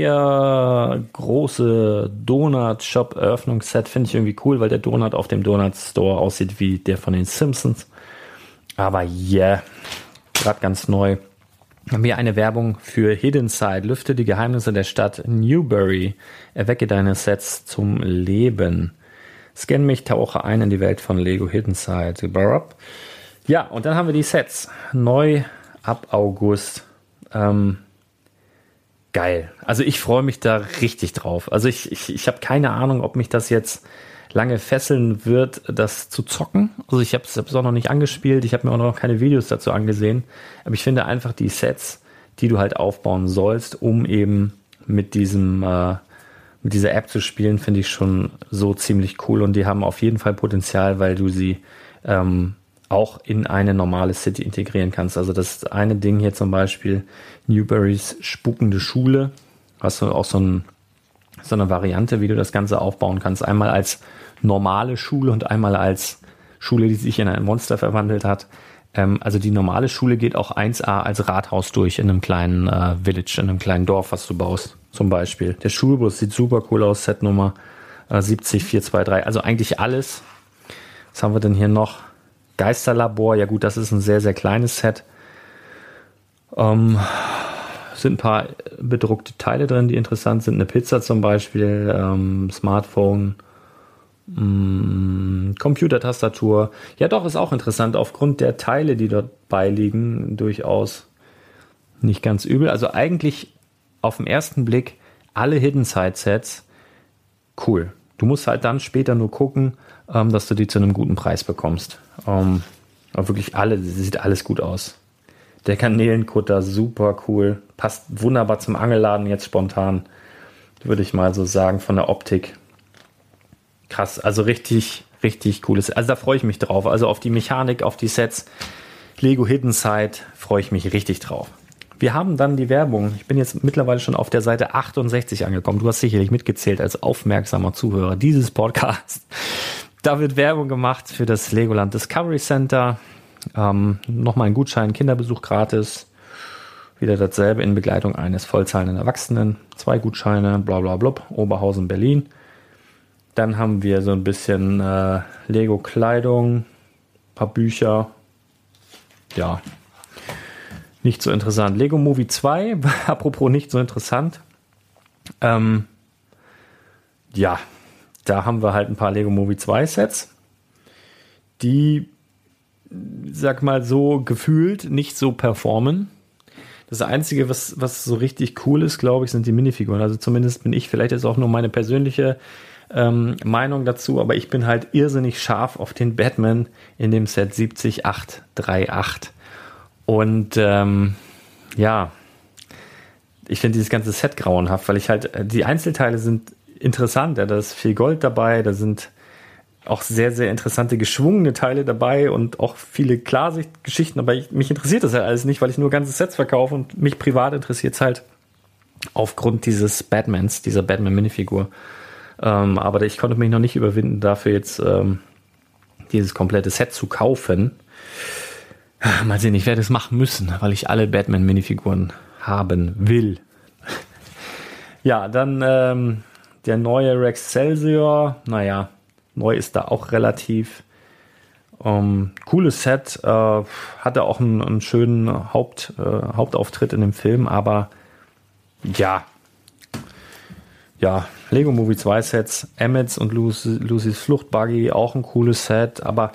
neue große Donut-Shop-Eröffnungsset. Finde ich irgendwie cool, weil der Donut auf dem Donut-Store aussieht wie der von den Simpsons. Aber yeah, gerade ganz neu. Haben wir eine Werbung für Hidden Side. Lüfte die Geheimnisse der Stadt Newbury. Erwecke deine Sets zum Leben. Scan mich, tauche ein in die Welt von Lego Hidden Side. Ja, und dann haben wir die Sets. Neu ab August. Ähm, geil. Also ich freue mich da richtig drauf. Also ich, ich, ich habe keine Ahnung, ob mich das jetzt lange fesseln wird, das zu zocken. Also ich habe es auch noch nicht angespielt. Ich habe mir auch noch keine Videos dazu angesehen. Aber ich finde einfach die Sets, die du halt aufbauen sollst, um eben mit diesem äh, mit dieser App zu spielen, finde ich schon so ziemlich cool. Und die haben auf jeden Fall Potenzial, weil du sie ähm, auch in eine normale City integrieren kannst. Also das eine Ding hier zum Beispiel, Newburys spukende Schule, hast du auch so, ein, so eine Variante, wie du das Ganze aufbauen kannst. Einmal als normale Schule und einmal als Schule, die sich in ein Monster verwandelt hat. Ähm, also die normale Schule geht auch eins A als Rathaus durch in einem kleinen äh, Village, in einem kleinen Dorf, was du baust zum Beispiel. Der Schulbus sieht super cool aus, Set Nummer äh, siebzig vier zwei drei. Also eigentlich alles. Was haben wir denn hier noch? Geisterlabor, ja gut, das ist ein sehr, sehr kleines Set. Ähm, sind ein paar bedruckte Teile drin, die interessant sind. Eine Pizza zum Beispiel, ähm, Smartphone, mh, Computertastatur. Ja doch, ist auch interessant, aufgrund der Teile, die dort beiliegen, durchaus nicht ganz übel. Also eigentlich auf den ersten Blick alle Hidden Side Sets cool. Du musst halt dann später nur gucken, ähm, dass du die zu einem guten Preis bekommst. Ähm, aber wirklich alle, sieht alles gut aus. Der Kanälenkutter, super cool. Passt wunderbar zum Angelladen jetzt spontan. Würde ich mal so sagen, von der Optik. Krass, also richtig, richtig cooles. Also da freue ich mich drauf. Also auf die Mechanik, auf die Sets. Lego Hidden Side freue ich mich richtig drauf. Wir haben dann die Werbung. Ich bin jetzt mittlerweile schon auf der Seite achtundsechzig angekommen. Du hast sicherlich mitgezählt als aufmerksamer Zuhörer dieses Podcasts. Da wird Werbung gemacht für das Legoland Discovery Center. Ähm, Nochmal ein Gutschein, Kinderbesuch gratis. Wieder dasselbe in Begleitung eines vollzahlenden Erwachsenen. Zwei Gutscheine, bla bla blub, Oberhausen, Berlin. Dann haben wir so ein bisschen äh, Lego-Kleidung, paar Bücher. Ja, nicht so interessant. Lego Movie zwei, apropos nicht so interessant. Ähm, ja, da haben wir halt ein paar Lego Movie zwei Sets, die, sag mal so, gefühlt nicht so performen. Das Einzige, was, was so richtig cool ist, glaube ich, sind die Minifiguren. Also zumindest bin ich, vielleicht ist auch nur meine persönliche ähm, Meinung dazu, aber ich bin halt irrsinnig scharf auf den Batman in dem Set siebzig acht achtunddreißig. Und ähm, ja, ich finde dieses ganze Set grauenhaft, weil ich halt, die Einzelteile sind interessant, ja, da ist viel Gold dabei, da sind auch sehr, sehr interessante geschwungene Teile dabei und auch viele Klarsichtgeschichten, aber ich, mich interessiert das halt alles nicht, weil ich nur ganze Sets verkaufe und mich privat interessiert es halt aufgrund dieses Batmans, dieser Batman-Minifigur. Ähm, aber ich konnte mich noch nicht überwinden, dafür jetzt ähm, dieses komplette Set zu kaufen. Mal sehen, ich werde es machen müssen, weil ich alle Batman-Minifiguren haben will. Ja, dann ähm, der neue Rex Celsior, naja, neu ist da auch relativ. Ähm, cooles Set, äh, hatte auch einen, einen schönen Haupt, äh, Hauptauftritt in dem Film, aber ja, ja, Lego Movie zwei Sets, Emmets und Lucy, Lucys Fluchtbuggy, auch ein cooles Set, aber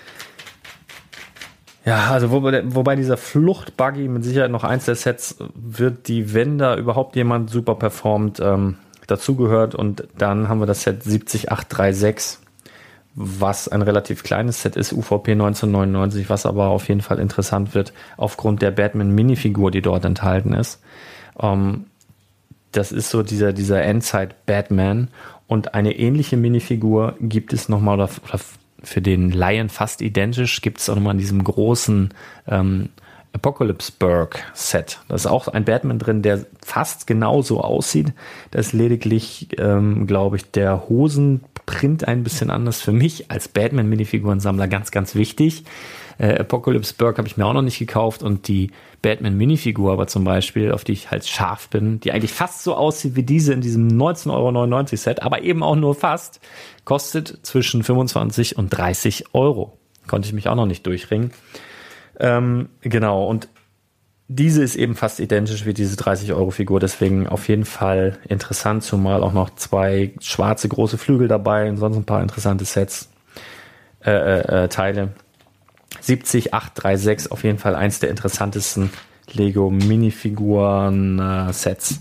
ja, also wobei, wobei dieser Fluchtbuggy mit Sicherheit noch eins der Sets wird, die, wenn da überhaupt jemand super performt, ähm, dazugehört. Und dann haben wir das Set siebzig acht drei sechs, was ein relativ kleines Set ist, U V P neunzehnhundertneunundneunzig, was aber auf jeden Fall interessant wird, aufgrund der Batman-Minifigur, die dort enthalten ist. Ähm, das ist so dieser, dieser Endzeit-Batman. Und eine ähnliche Minifigur gibt es nochmal, oder, oder für den Laien fast identisch, gibt es auch nochmal in diesem großen ähm, Apocalypse-Burg-Set. Da ist auch ein Batman drin, der fast genauso aussieht. Da ist lediglich, ähm, glaube ich, der Hosenprint ein bisschen anders. Für mich als Batman-Minifigurensammler ganz, ganz wichtig. Äh, Apocalypse-Burg habe ich mir auch noch nicht gekauft und die Batman-Minifigur aber zum Beispiel, auf die ich halt scharf bin, die eigentlich fast so aussieht wie diese in diesem neunzehn Euro neunundneunzig Set, aber eben auch nur fast, kostet zwischen fünfundzwanzig und dreißig Euro. Konnte ich mich auch noch nicht durchringen. Ähm, genau, und diese ist eben fast identisch wie diese dreißig Euro Figur, deswegen auf jeden Fall interessant, zumal auch noch zwei schwarze große Flügel dabei und sonst ein paar interessante Sets, äh, äh, Teile. siebzig acht drei sechs, auf jeden Fall eins der interessantesten Lego Minifiguren äh, Sets.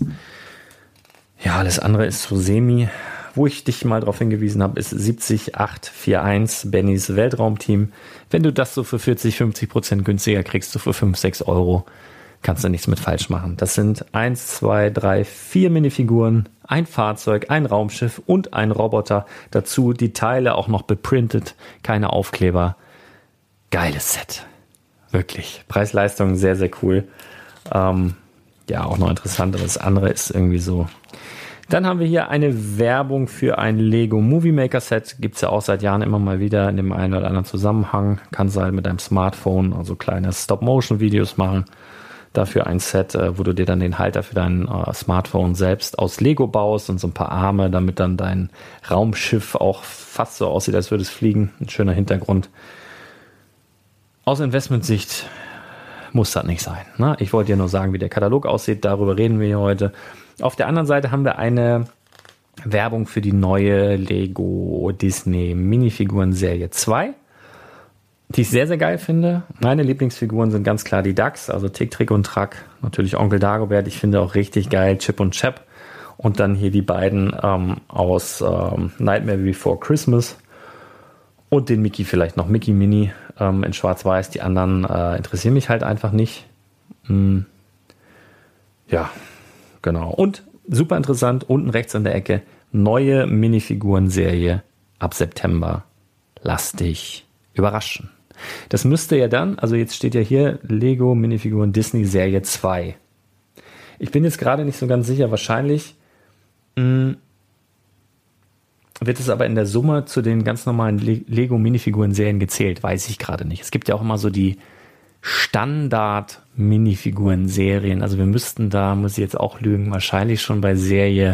Ja, alles andere ist so semi. Wo ich dich mal darauf hingewiesen habe, ist siebzig acht vier eins, Bennys Weltraumteam. Wenn du das so für vierzig, fünfzig Prozent günstiger kriegst, so für fünf, sechs Euro, kannst du nichts mit falsch machen. Das sind eins, zwei, drei, vier Minifiguren, ein Fahrzeug, ein Raumschiff und ein Roboter. Dazu die Teile auch noch beprintet, keine Aufkleber. Geiles Set. Wirklich. Preis-Leistung sehr, sehr cool. Ähm, ja, auch noch interessant, aber das andere ist irgendwie so. Dann haben wir hier eine Werbung für ein Lego Movie Maker Set. Gibt es ja auch seit Jahren immer mal wieder in dem einen oder anderen Zusammenhang. Kannst du halt mit deinem Smartphone also kleine Stop-Motion-Videos machen. Dafür ein Set, wo du dir dann den Halter für dein äh, Smartphone selbst aus Lego baust und so ein paar Arme, damit dann dein Raumschiff auch fast so aussieht, als würde es fliegen. Ein schöner Hintergrund. Aus Investmentsicht muss das nicht sein. Ne? Ich wollte dir nur sagen, wie der Katalog aussieht. Darüber reden wir hier heute. Auf der anderen Seite haben wir eine Werbung für die neue Lego Disney Minifiguren Serie zwei, die ich sehr, sehr geil finde. Meine Lieblingsfiguren sind ganz klar die Ducks, also Tick, Trick und Track. Natürlich Onkel Dagobert, ich finde auch richtig geil, Chip und Chap. Und dann hier die beiden ähm, aus ähm, Nightmare Before Christmas. Und den Mickey vielleicht noch, Mickey Mini ähm, in Schwarz-Weiß. Die anderen äh, interessieren mich halt einfach nicht. Hm. Ja, genau. Und super interessant, unten rechts in der Ecke, neue Minifiguren-Serie ab September. Lass dich überraschen. Das müsste ja dann, also jetzt steht ja hier Lego Minifiguren Disney Serie zwei. Ich bin jetzt gerade nicht so ganz sicher, wahrscheinlich mh, wird es aber in der Summe zu den ganz normalen Le- Lego Minifiguren-Serien gezählt, weiß ich gerade nicht. Es gibt ja auch immer so die Standard-Minifiguren-Serien. Also wir müssten da, muss ich jetzt auch lügen, wahrscheinlich schon bei Serie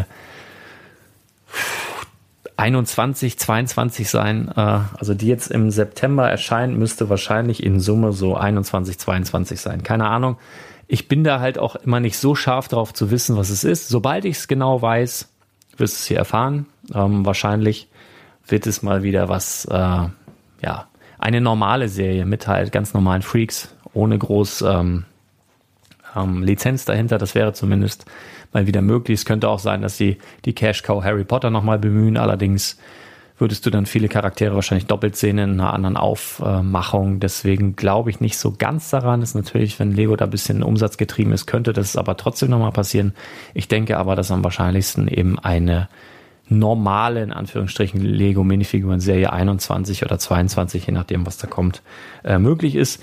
einundzwanzig, zweiundzwanzig sein. Also die jetzt im September erscheint, müsste wahrscheinlich in Summe so einundzwanzig, zweiundzwanzig sein. Keine Ahnung. Ich bin da halt auch immer nicht so scharf drauf zu wissen, was es ist. Sobald ich es genau weiß, wirst du es hier erfahren. Ähm, wahrscheinlich wird es mal wieder was, äh, ja, eine normale Serie mit halt ganz normalen Freaks, ohne groß ähm, ähm, Lizenz dahinter. Das wäre zumindest mal wieder möglich. Es könnte auch sein, dass sie die Cash Cow Harry Potter nochmal bemühen. Allerdings würdest du dann viele Charaktere wahrscheinlich doppelt sehen in einer anderen Aufmachung. Deswegen glaube ich nicht so ganz daran. Das ist natürlich, wenn Lego da ein bisschen umsatzgetrieben ist, könnte das aber trotzdem nochmal passieren. Ich denke aber, dass am wahrscheinlichsten eben eine normale, in Anführungsstrichen, Lego-Minifiguren Serie einundzwanzig oder zweiundzwanzig, je nachdem, was da kommt, äh, möglich ist.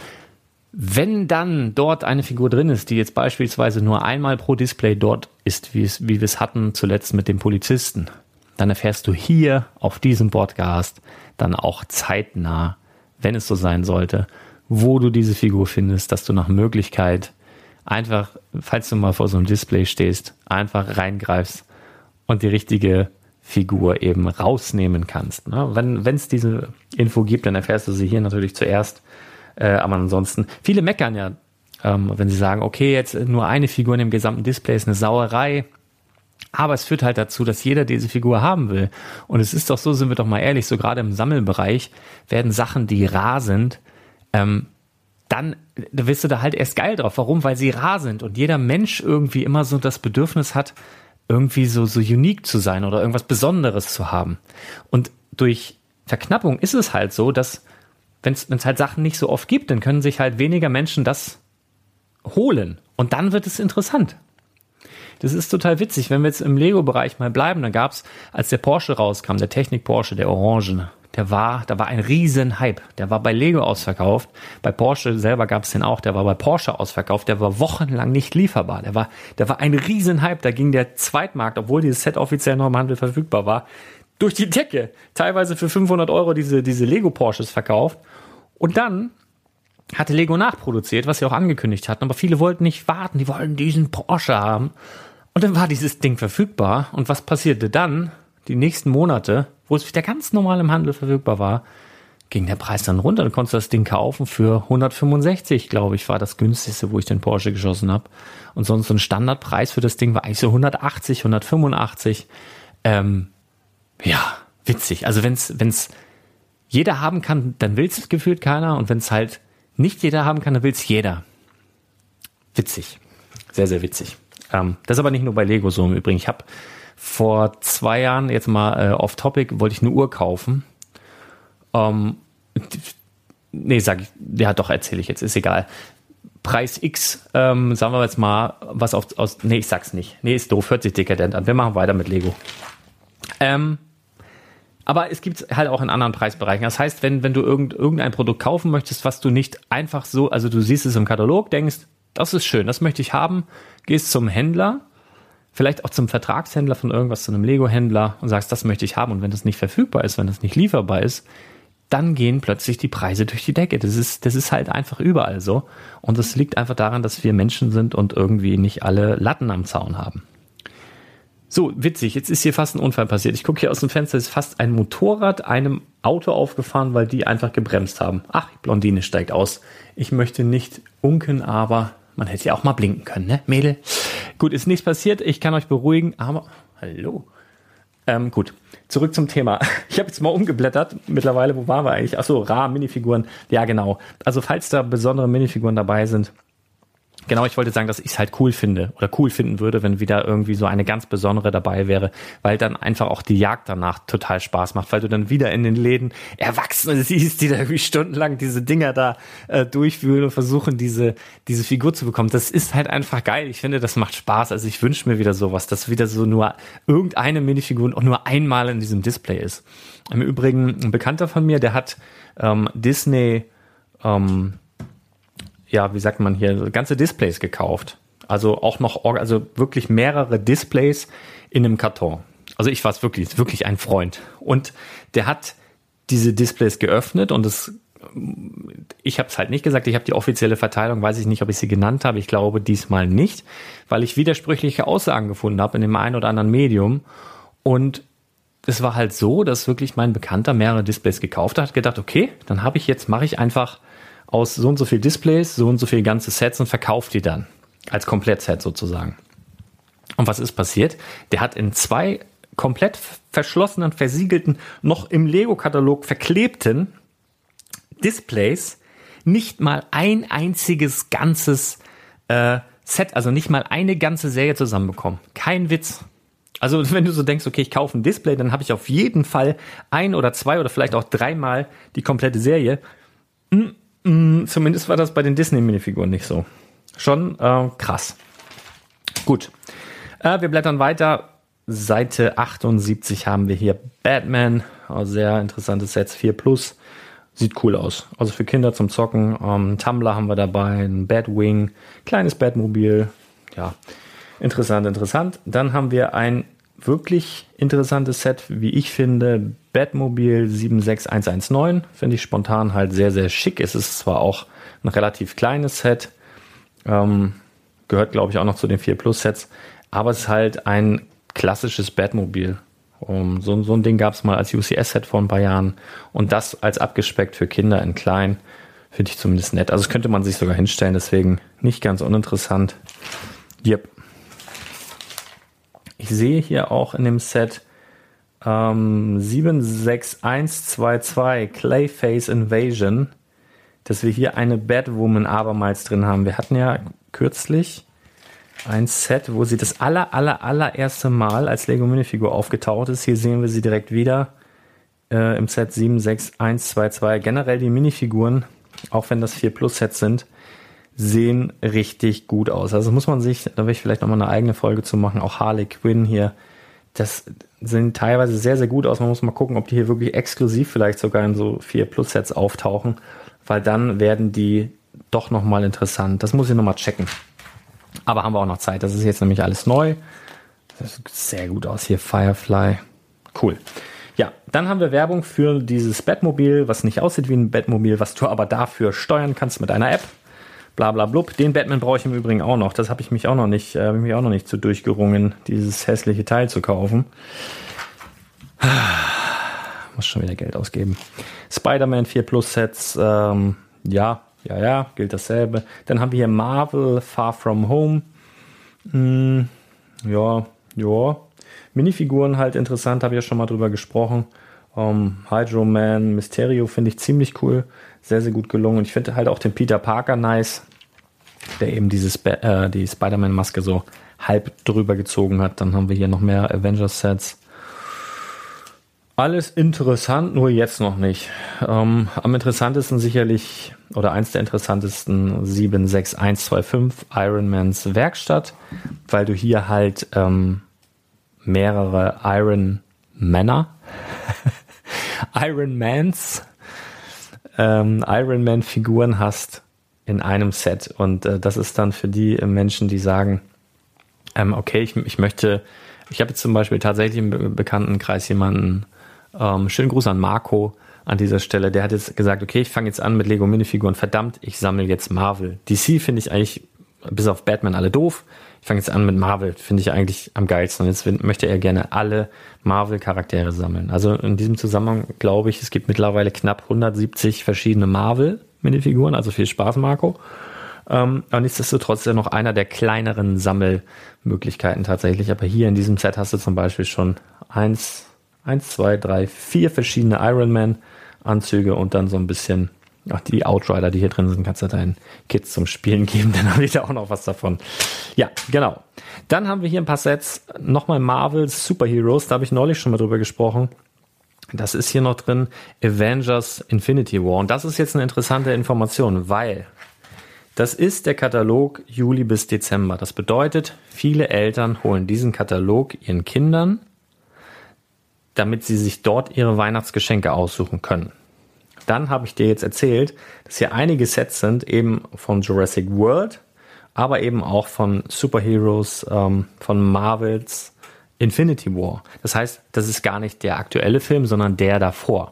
Wenn dann dort eine Figur drin ist, die jetzt beispielsweise nur einmal pro Display dort ist, wie es, wie wir es hatten zuletzt mit dem Polizisten, dann erfährst du hier auf diesem Podcast dann auch zeitnah, wenn es so sein sollte, wo du diese Figur findest, dass du nach Möglichkeit einfach, falls du mal vor so einem Display stehst, einfach reingreifst und die richtige Figur eben rausnehmen kannst. Ne? Wenn es diese Info gibt, dann erfährst du sie hier natürlich zuerst. Äh, aber ansonsten, viele meckern ja, ähm, wenn sie sagen, okay, jetzt nur eine Figur in dem gesamten Display ist eine Sauerei. Aber es führt halt dazu, dass jeder diese Figur haben will. Und es ist doch so, sind wir doch mal ehrlich, so gerade im Sammelbereich werden Sachen, die rar sind, ähm, dann da wirst du da halt erst geil drauf. Warum? Weil sie rar sind und jeder Mensch irgendwie immer so das Bedürfnis hat, irgendwie so, so unique zu sein oder irgendwas Besonderes zu haben. Und durch Verknappung ist es halt so, dass wenn es halt Sachen nicht so oft gibt, dann können sich halt weniger Menschen das holen. Und dann wird es interessant. Das ist total witzig. Wenn wir jetzt im Lego-Bereich mal bleiben, dann gab es, als der Porsche rauskam, der Technik Porsche, der Orangen, der war, da war ein riesen Hype. Der war bei Lego ausverkauft. Bei Porsche selber gab es den auch. Der war bei Porsche ausverkauft. Der war wochenlang nicht lieferbar. Der war, der war ein riesen Hype. Da ging der Zweitmarkt, obwohl dieses Set offiziell noch im Handel verfügbar war, durch die Decke. Teilweise für fünfhundert Euro diese, diese Lego Porsches verkauft. Und dann hatte Lego nachproduziert, was sie auch angekündigt hatten. Aber viele wollten nicht warten. Die wollten diesen Porsche haben. Und dann war dieses Ding verfügbar. Und was passierte dann? Die nächsten Monate, wo es wieder ganz normal im Handel verfügbar war, ging der Preis dann runter. Dann konntest du das Ding kaufen für hundertfünfundsechzig, glaube ich, war das günstigste, wo ich den Porsche geschossen habe. Und sonst so ein Standardpreis für das Ding war eigentlich so hundertachtzig, hundertfünfundachtzig. Ähm, ja, witzig. Also wenn's, wenn's jeder haben kann, dann will es gefühlt keiner. Und wenn es halt nicht jeder haben kann, dann will es jeder. Witzig. Sehr, sehr witzig. Ähm, das ist aber nicht nur bei Lego so im Übrigen. Ich habe vor zwei Jahren, jetzt mal äh, off-topic, wollte ich eine Uhr kaufen. Ähm, nee, sag ich, ja doch, erzähle ich jetzt, ist egal. Preis X, ähm, sagen wir jetzt mal, was auf, aus, nee, ich sag's nicht. Nee, ist doof, hört sich dekadent an. Wir machen weiter mit Lego. Ähm, aber es gibt halt auch in anderen Preisbereichen. Das heißt, wenn, wenn du irgend, irgendein Produkt kaufen möchtest, was du nicht einfach so, also du siehst es im Katalog, denkst, das ist schön, das möchte ich haben, gehst zum Händler, vielleicht auch zum Vertragshändler von irgendwas, zu einem Lego-Händler und sagst, das möchte ich haben. Und wenn das nicht verfügbar ist, wenn das nicht lieferbar ist, dann gehen plötzlich die Preise durch die Decke. Das ist, das ist halt einfach überall so. Und das liegt einfach daran, dass wir Menschen sind und irgendwie nicht alle Latten am Zaun haben. So, witzig, jetzt ist hier fast ein Unfall passiert. Ich gucke hier aus dem Fenster, ist fast ein Motorrad einem Auto aufgefahren, weil die einfach gebremst haben. Ach, die Blondine steigt aus. Ich möchte nicht unken, aber man hätte ja auch mal blinken können, ne, Mädel? Gut, ist nichts passiert, ich kann euch beruhigen, aber, hallo. Ähm, gut, zurück zum Thema. Ich habe jetzt mal umgeblättert, mittlerweile, wo waren wir eigentlich? Achso, rar, Minifiguren, ja genau. Also falls da besondere Minifiguren dabei sind, genau, ich wollte sagen, dass ich es halt cool finde oder cool finden würde, wenn wieder irgendwie so eine ganz besondere dabei wäre, weil dann einfach auch die Jagd danach total Spaß macht, weil du dann wieder in den Läden Erwachsene siehst, die da irgendwie stundenlang diese Dinger da äh, durchwühlen und versuchen, diese diese Figur zu bekommen. Das ist halt einfach geil. Ich finde, das macht Spaß. Also ich wünsche mir wieder sowas, dass wieder so nur irgendeine Minifigur auch nur einmal in diesem Display ist. Im Übrigen, ein Bekannter von mir, der hat ähm, Disney ähm, ja, wie sagt man hier, ganze Displays gekauft. Also auch noch, also wirklich mehrere Displays in einem Karton. Also ich war es wirklich, wirklich ein Freund. Und der hat diese Displays geöffnet und es, ich habe es halt nicht gesagt, ich habe die offizielle Verteilung, weiß ich nicht, ob ich sie genannt habe. Ich glaube diesmal nicht, weil ich widersprüchliche Aussagen gefunden habe in dem einen oder anderen Medium. Und es war halt so, dass wirklich mein Bekannter mehrere Displays gekauft hat, hat gedacht, okay, dann habe ich jetzt, mache ich einfach aus so und so viel Displays, so und so viel ganze Sets und verkauft die dann als Komplettset sozusagen. Und was ist passiert? Der hat in zwei komplett verschlossenen, versiegelten, noch im Lego-Katalog verklebten Displays nicht mal ein einziges ganzes äh, Set, also nicht mal eine ganze Serie zusammenbekommen. Kein Witz. Also wenn du so denkst, okay, ich kaufe ein Display, dann habe ich auf jeden Fall ein oder zwei oder vielleicht auch dreimal die komplette Serie. Mm. Zumindest war das bei den Disney-Minifiguren nicht so. Schon äh, krass. Gut. Äh, wir blättern weiter. Seite achtundsiebzig haben wir hier Batman, also sehr interessantes Set, vier plus. Sieht cool aus. Also für Kinder zum Zocken. Ähm, Tumbler haben wir dabei, ein Batwing, kleines Batmobil. Ja, interessant, interessant. Dann haben wir ein wirklich interessantes Set, wie ich finde, Batmobil sieben sechs eins eins neun. Finde ich spontan halt sehr, sehr schick. Es ist zwar auch ein relativ kleines Set, ähm, gehört glaube ich auch noch zu den vier plus Sets, aber es ist halt ein klassisches Batmobil. Um, so, so ein Ding gab es mal als U C S-Set vor ein paar Jahren und das als abgespeckt für Kinder in klein, finde ich zumindest nett. Also das könnte man sich sogar hinstellen, deswegen nicht ganz uninteressant. Yep. Ich sehe hier auch in dem Set ähm, sieben sechs eins zwei zwei Clayface Invasion, dass wir hier eine Batwoman abermals drin haben. Wir hatten ja kürzlich ein Set, wo sie das aller, aller, allererste Mal als Lego-Minifigur aufgetaucht ist. Hier sehen wir sie direkt wieder äh, im Set sieben sechs eins zwei zwei. Generell die Minifiguren, auch wenn das vier plus Sets sind, sehen richtig gut aus. Also muss man sich, da will ich vielleicht nochmal eine eigene Folge zu machen, auch Harley Quinn hier, das sehen teilweise sehr, sehr gut aus. Man muss mal gucken, ob die hier wirklich exklusiv vielleicht sogar in so vier plus Sets auftauchen, weil dann werden die doch nochmal interessant. Das muss ich nochmal checken. Aber haben wir auch noch Zeit. Das ist jetzt nämlich alles neu. Das sieht sehr gut aus hier. Firefly. Cool. Ja, dann haben wir Werbung für dieses Batmobil, was nicht aussieht wie ein Batmobil, was du aber dafür steuern kannst mit einer App. Bla bla blub. Den Batman brauche ich im Übrigen auch noch. Das habe ich mich auch noch nicht, äh, mich auch noch nicht zu durchgerungen, dieses hässliche Teil zu kaufen. Muss schon wieder Geld ausgeben. Spider-Man vier plus Sets. Ähm, ja. Ja, ja, gilt dasselbe. Dann haben wir hier Marvel Far From Home. Hm, ja, ja. Minifiguren halt interessant, habe ich ja schon mal drüber gesprochen. Um, Hydro Man, Mysterio finde ich ziemlich cool. Sehr, sehr gut gelungen. Und ich finde halt auch den Peter Parker nice, der eben dieses äh, die Spider-Man-Maske so halb drüber gezogen hat. Dann haben wir hier noch mehr Avengers-Sets. Alles interessant, nur jetzt noch nicht. Ähm, am interessantesten sicherlich, oder eins der interessantesten, sieben sechs eins zwei fünf Iron Mans Werkstatt, weil du hier halt ähm, mehrere Iron Männer, Iron Mans, ähm, Iron Man Figuren hast in einem Set. Und äh, das ist dann für die Menschen, die sagen, ähm, okay, ich, ich möchte, ich habe jetzt zum Beispiel tatsächlich im Bekanntenkreis jemanden, Ähm, schönen Gruß an Marco an dieser Stelle. Der hat jetzt gesagt, okay, ich fange jetzt an mit Lego Minifiguren. Verdammt, ich sammle jetzt Marvel. D C finde ich eigentlich, bis auf Batman, alle doof. Ich fange jetzt an mit Marvel. Finde ich eigentlich am geilsten. Und jetzt möchte er gerne alle Marvel-Charaktere sammeln. Also in diesem Zusammenhang glaube ich, es gibt mittlerweile knapp hundertsiebzig verschiedene Marvel-Minifiguren. Also viel Spaß, Marco. Ähm, aber nichtsdestotrotz ist er noch einer der kleineren Sammelmöglichkeiten tatsächlich. Aber hier in diesem Set hast du zum Beispiel schon eins, Eins, zwei, drei, vier verschiedene Iron Man-Anzüge und dann so ein bisschen, ach, die Outrider, die hier drin sind, kannst du deinen Kids zum Spielen geben, dann habe ich da auch noch was davon. Ja, genau. Dann haben wir hier ein paar Sets, nochmal Marvel's Superheroes, da habe ich neulich schon mal drüber gesprochen. Das ist hier noch drin, Avengers Infinity War. Und das ist jetzt eine interessante Information, weil das ist der Katalog Juli bis Dezember. Das bedeutet, viele Eltern holen diesen Katalog ihren Kindern, damit sie sich dort ihre Weihnachtsgeschenke aussuchen können. Dann habe ich dir jetzt erzählt, dass hier einige Sets sind, eben von Jurassic World, aber eben auch von Superheroes, ähm, von Marvels Infinity War. Das heißt, das ist gar nicht der aktuelle Film, sondern der davor.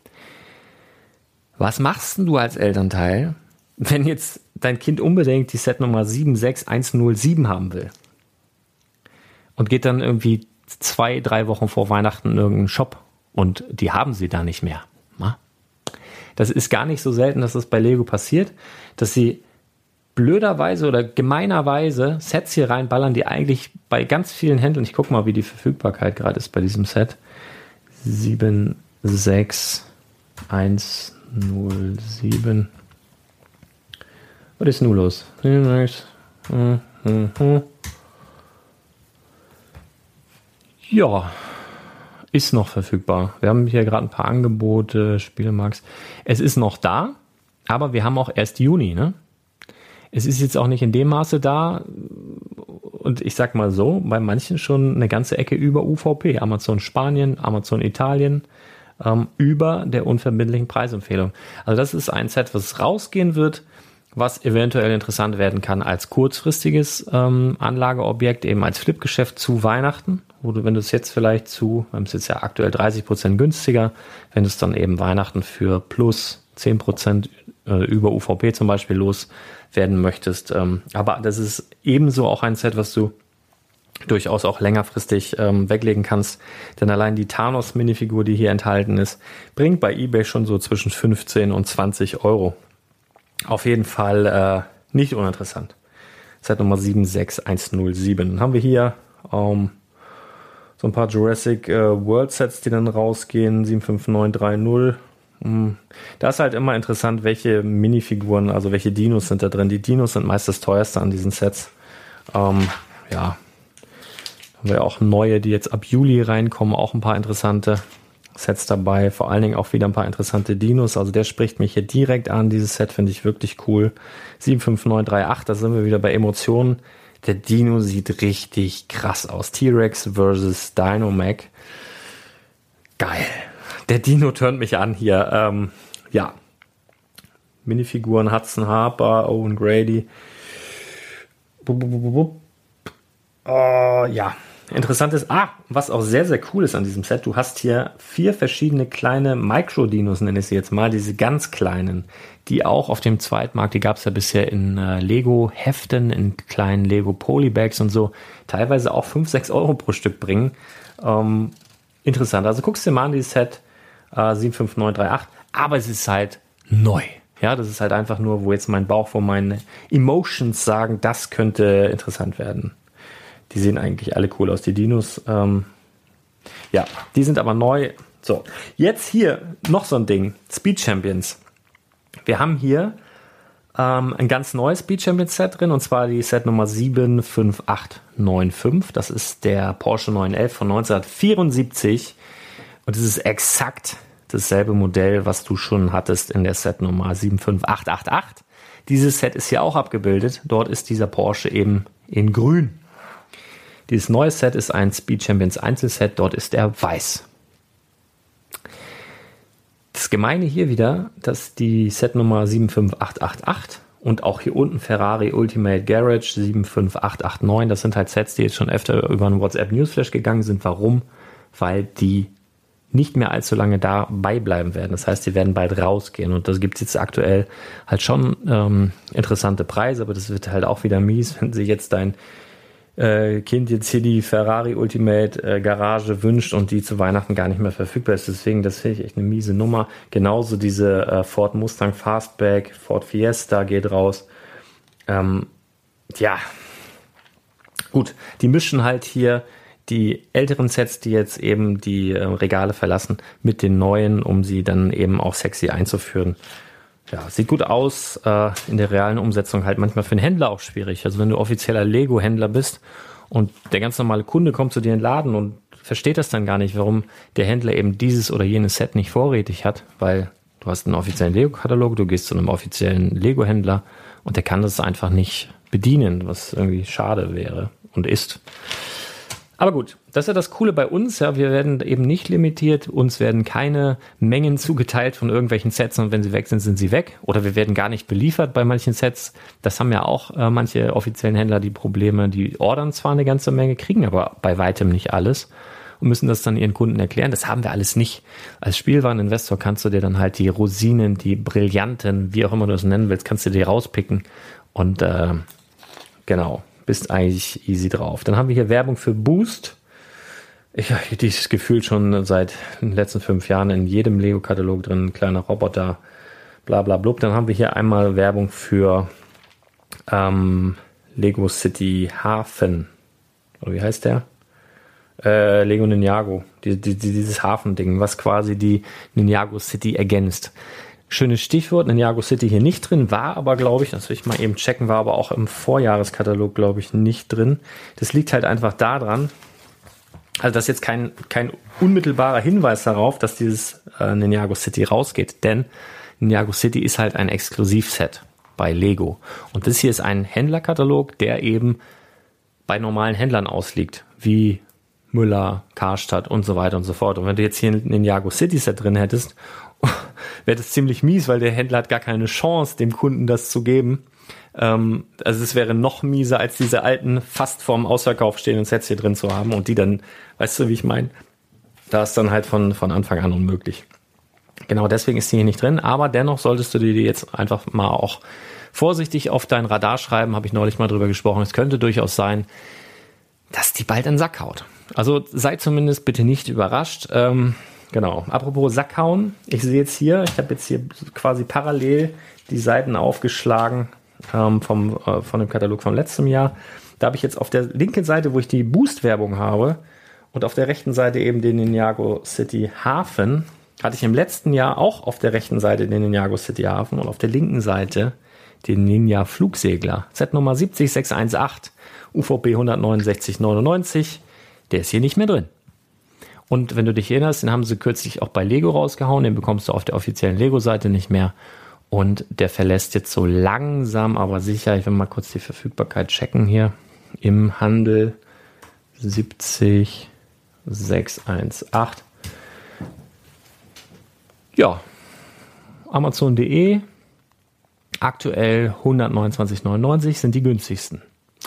Was machst denn du als Elternteil, wenn jetzt dein Kind unbedingt die Setnummer sieben sechs eins null sieben haben will und geht dann irgendwie zwei, drei Wochen vor Weihnachten in irgendeinen Shop und die haben sie da nicht mehr. Das ist gar nicht so selten, dass das bei Lego passiert, dass sie blöderweise oder gemeinerweise Sets hier reinballern, die eigentlich bei ganz vielen Händlern, ich gucke mal, wie die Verfügbarkeit gerade ist bei diesem Set, sieben sechs eins null sieben. Was ist nun los? Ja, ist noch verfügbar. Wir haben hier gerade ein paar Angebote, Spielmarks. Es ist noch da, aber wir haben auch erst Juni, ne? Es ist jetzt auch nicht in dem Maße da, und ich sag mal so, bei manchen schon eine ganze Ecke über U V P. Amazon Spanien, Amazon Italien, ähm, über der unverbindlichen Preisempfehlung. Also das ist ein Set, was rausgehen wird, was eventuell interessant werden kann als kurzfristiges ähm, Anlageobjekt, eben als Flipgeschäft zu Weihnachten, wo du, wenn du es jetzt vielleicht zu, wir haben es jetzt ja aktuell dreißig Prozent günstiger, wenn du es dann eben Weihnachten für plus zehn Prozent äh, über U V P zum Beispiel loswerden möchtest. Ähm, aber das ist ebenso auch ein Set, was du durchaus auch längerfristig ähm, weglegen kannst, denn allein die Thanos-Minifigur, die hier enthalten ist, bringt bei eBay schon so zwischen fünfzehn und zwanzig Euro. Auf jeden Fall äh, nicht uninteressant. Set Nummer sieben sechs eins null sieben. Dann haben wir hier ähm, so ein paar Jurassic äh, World Sets, die dann rausgehen. sieben fünf neun drei null. Hm. Da ist halt immer interessant, welche Minifiguren, also welche Dinos sind da drin. Die Dinos sind meist das teuerste an diesen Sets. Ähm, ja, haben wir auch neue, die jetzt ab Juli reinkommen, auch ein paar interessante Sets dabei, vor allen Dingen auch wieder ein paar interessante Dinos, also der spricht mich hier direkt an, dieses Set finde ich wirklich cool. sieben fünf neun drei acht, da sind wir wieder bei Emotionen. Der Dino sieht richtig krass aus. T-Rex versus Dino-Mac. Geil. Der Dino turnt mich an hier. Ähm, ja. Minifiguren Hudson Harper, Owen Grady. Bup, bup, bup, bup. Uh, ja. Interessant ist, ah, was auch sehr, sehr cool ist an diesem Set, du hast hier vier verschiedene kleine Micro-Dinos, nenne ich sie jetzt mal, diese ganz kleinen, die auch auf dem Zweitmarkt, die gab es ja bisher in äh, Lego-Heften, in kleinen Lego-Polybags und so, teilweise auch fünf, sechs Euro pro Stück bringen. Ähm, interessant, also guckst dir mal an, dieses Set äh, sieben fünf neun drei acht, aber es ist halt neu. Ja, das ist halt einfach nur, wo jetzt mein Bauch, wo meine Emotions sagen, das könnte interessant werden. Die sehen eigentlich alle cool aus, die Dinos. Ähm, ja, die sind aber neu. So, jetzt hier noch so ein Ding. Speed Champions. Wir haben hier ähm, ein ganz neues Speed Champions Set drin, und zwar die Set Nummer sieben fünf acht neun fünf. Das ist der Porsche neun elf von neunzehnhundertvierundsiebzig. Und es ist exakt dasselbe Modell, was du schon hattest in der Set Nummer sieben fünf acht acht acht. Dieses Set ist hier auch abgebildet. Dort ist dieser Porsche eben in grün. Dieses neue Set ist ein Speed Champions Einzelset, dort ist er weiß. Das Gemeine hier wieder, dass die Setnummer sieben fünf acht acht acht und auch hier unten Ferrari Ultimate Garage sieben fünf acht acht neun, das sind halt Sets, die jetzt schon öfter über einen WhatsApp Newsflash gegangen sind. Warum? Weil die nicht mehr allzu lange dabei bleiben werden. Das heißt, die werden bald rausgehen, und das gibt es jetzt aktuell halt schon ähm, interessante Preise, aber das wird halt auch wieder mies, wenn sie jetzt dein Kind jetzt hier die Ferrari Ultimate äh, Garage wünscht und die zu Weihnachten gar nicht mehr verfügbar ist. Deswegen, das finde ich echt eine miese Nummer. Genauso diese äh, Ford Mustang Fastback, Ford Fiesta geht raus. Ähm, ja, gut, die mischen halt hier die älteren Sets, die jetzt eben die äh, Regale verlassen, mit den neuen, um sie dann eben auch sexy einzuführen. Ja, sieht gut aus, äh, in der realen Umsetzung halt manchmal für einen Händler auch schwierig. Also wenn du offizieller Lego-Händler bist und der ganz normale Kunde kommt zu dir in den Laden und versteht das dann gar nicht, warum der Händler eben dieses oder jenes Set nicht vorrätig hat, weil du hast einen offiziellen Lego-Katalog, du gehst zu einem offiziellen Lego-Händler und der kann das einfach nicht bedienen, was irgendwie schade wäre und ist. Aber gut, das ist ja das Coole bei uns. Ja, wir werden eben nicht limitiert. Uns werden keine Mengen zugeteilt von irgendwelchen Sets, und wenn sie weg sind, sind sie weg. Oder wir werden gar nicht beliefert bei manchen Sets. Das haben ja auch äh, manche offiziellen Händler die Probleme. Die ordern zwar eine ganze Menge, kriegen aber bei weitem nicht alles und müssen das dann ihren Kunden erklären. Das haben wir alles nicht. Als Spielwareninvestor kannst du dir dann halt die Rosinen, die Brillanten, wie auch immer du es nennen willst, kannst du dir rauspicken. Und äh, genau. Bist eigentlich easy drauf. Dann haben wir hier Werbung für Boost. Ich habe dieses Gefühl schon seit den letzten fünf Jahren in jedem Lego-Katalog drin. Ein kleiner Roboter, bla bla blub. Dann haben wir hier einmal Werbung für ähm, Lego City Hafen. Oder wie heißt der? Äh, Lego Ninjago. Die, die, dieses Hafending, was quasi die Ninjago City ergänzt. Schönes Stichwort, Ninjago City hier nicht drin, war aber, glaube ich, das will ich mal eben checken, war aber auch im Vorjahreskatalog, glaube ich, nicht drin. Das liegt halt einfach daran, also das ist jetzt kein, kein unmittelbarer Hinweis darauf, dass dieses äh, Ninjago City rausgeht, denn Ninjago City ist halt ein Exklusivset bei Lego. Und das hier ist ein Händlerkatalog, der eben bei normalen Händlern ausliegt, wie Müller, Karstadt und so weiter und so fort. Und wenn du jetzt hier ein Ninjago City Set drin hättest, wäre das ziemlich mies, weil der Händler hat gar keine Chance, dem Kunden das zu geben. Ähm, also es wäre noch mieser, als diese alten, fast vorm Ausverkauf stehenden Sets hier drin zu haben und die dann, weißt du, wie ich meine? Da ist dann halt von, von Anfang an unmöglich. Genau deswegen ist die hier nicht drin, aber dennoch solltest du dir die jetzt einfach mal auch vorsichtig auf dein Radar schreiben, habe ich neulich mal drüber gesprochen. Es könnte durchaus sein, dass die bald in den Sack haut. Also sei zumindest bitte nicht überrascht. Ähm, genau, apropos Sackhauen, ich sehe jetzt hier, ich habe jetzt hier quasi parallel die Seiten aufgeschlagen ähm, vom, äh, von dem Katalog vom letzten Jahr. Da habe ich jetzt auf der linken Seite, wo ich die Boost-Werbung habe und auf der rechten Seite eben den Ninjago City Hafen, hatte ich im letzten Jahr auch auf der rechten Seite den Ninjago City Hafen und auf der linken Seite den Ninja Flugsegler. Set Nummer sieben null sechs eins acht, U V P hundertneunundsechzig neunundneunzig. Der ist hier nicht mehr drin. Und wenn du dich erinnerst, den haben sie kürzlich auch bei Lego rausgehauen. Den bekommst du auf der offiziellen Lego-Seite nicht mehr. Und der verlässt jetzt so langsam, aber sicher, ich will mal kurz die Verfügbarkeit checken hier, im Handel siebzig sechs eins acht. Ja, Amazon punkt de, aktuell hundertneunundzwanzig neunundneunzig sind die günstigsten.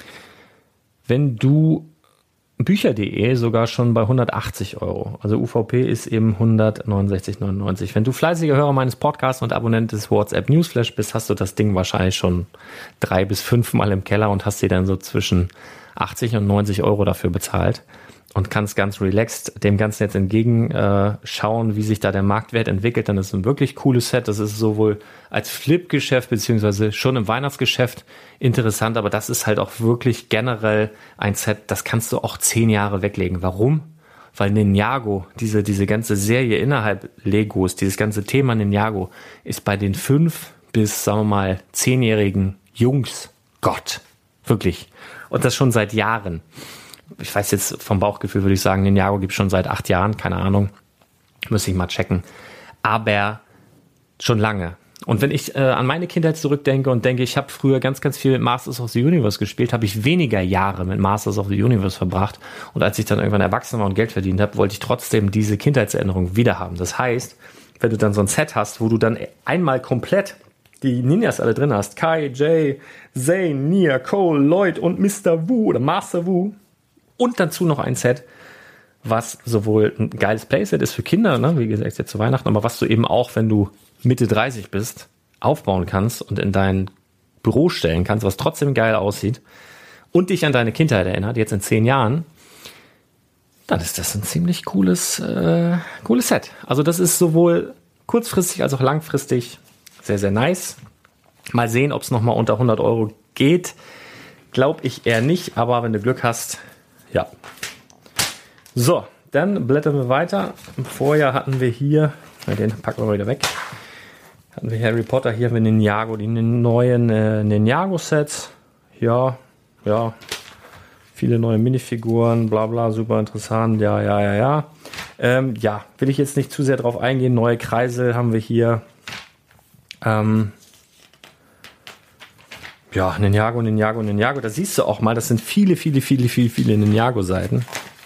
Wenn du Bücher punkt de sogar schon bei hundertachtzig Euro. Also U V P ist eben hundertneunundsechzig neunundneunzig. Wenn du fleißiger Hörer meines Podcasts und Abonnent des WhatsApp Newsflash bist, hast du das Ding wahrscheinlich schon drei bis fünf Mal im Keller und hast dir dann so zwischen achtzig und neunzig Euro dafür bezahlt und kannst ganz relaxed dem Ganzen jetzt entgegenschauen, äh, wie sich da der Marktwert entwickelt. Dann ist es ein wirklich cooles Set. Das ist sowohl als Flip-Geschäft beziehungsweise schon im Weihnachtsgeschäft interessant, aber das ist halt auch wirklich generell ein Set, das kannst du auch zehn Jahre weglegen. Warum? Weil Ninjago, diese, diese ganze Serie innerhalb Legos, dieses ganze Thema Ninjago ist bei den fünf bis, sagen wir mal, zehnjährigen Jungs Gott. Wirklich. Und das schon seit Jahren. Ich weiß jetzt vom Bauchgefühl, würde ich sagen, Ninjago gibt es schon seit acht Jahren, keine Ahnung. Müsste ich mal checken. Aber schon lange. Und wenn ich äh, an meine Kindheit zurückdenke und denke, ich habe früher ganz, ganz viel mit Masters of the Universe gespielt, habe ich weniger Jahre mit Masters of the Universe verbracht. Und als ich dann irgendwann erwachsen war und Geld verdient habe, wollte ich trotzdem diese Kindheitserinnerung wieder haben. Das heißt, wenn du dann so ein Set hast, wo du dann einmal komplett die Ninjas alle drin hast, Kai, Jay, Zane, Nia, Cole, Lloyd und Mister Wu oder Master Wu und dazu noch ein Set, was sowohl ein geiles Playset ist für Kinder, ne, wie gesagt, jetzt zu Weihnachten, aber was du eben auch, wenn du Mitte dreißig bist, aufbauen kannst und in dein Büro stellen kannst, was trotzdem geil aussieht und dich an deine Kindheit erinnert, jetzt in zehn Jahren, dann ist das ein ziemlich cooles, äh, cooles Set. Also das ist sowohl kurzfristig als auch langfristig sehr, sehr nice. Mal sehen, ob es nochmal unter hundert Euro geht. Glaube ich eher nicht, aber wenn du Glück hast, ja. So, dann blättern wir weiter. Im Vorjahr hatten wir hier, den packen wir mal wieder weg, hatten wir Harry Potter, hier mit Ninjago, die neuen äh, Ninjago-Sets. Ja, ja, viele neue Minifiguren, bla bla, super interessant, ja, ja, ja, ja. Ähm, ja, will ich jetzt nicht zu sehr drauf eingehen. Neue Kreisel haben wir hier. Ähm, ja, Ninjago, Ninjago, Ninjago. Da siehst du auch mal, das sind viele, viele, viele, viele, viele Ninjago-Seiten.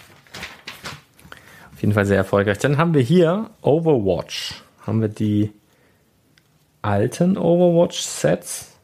Auf jeden Fall sehr erfolgreich. Dann haben wir hier Overwatch. Haben wir die alten Overwatch-Sets.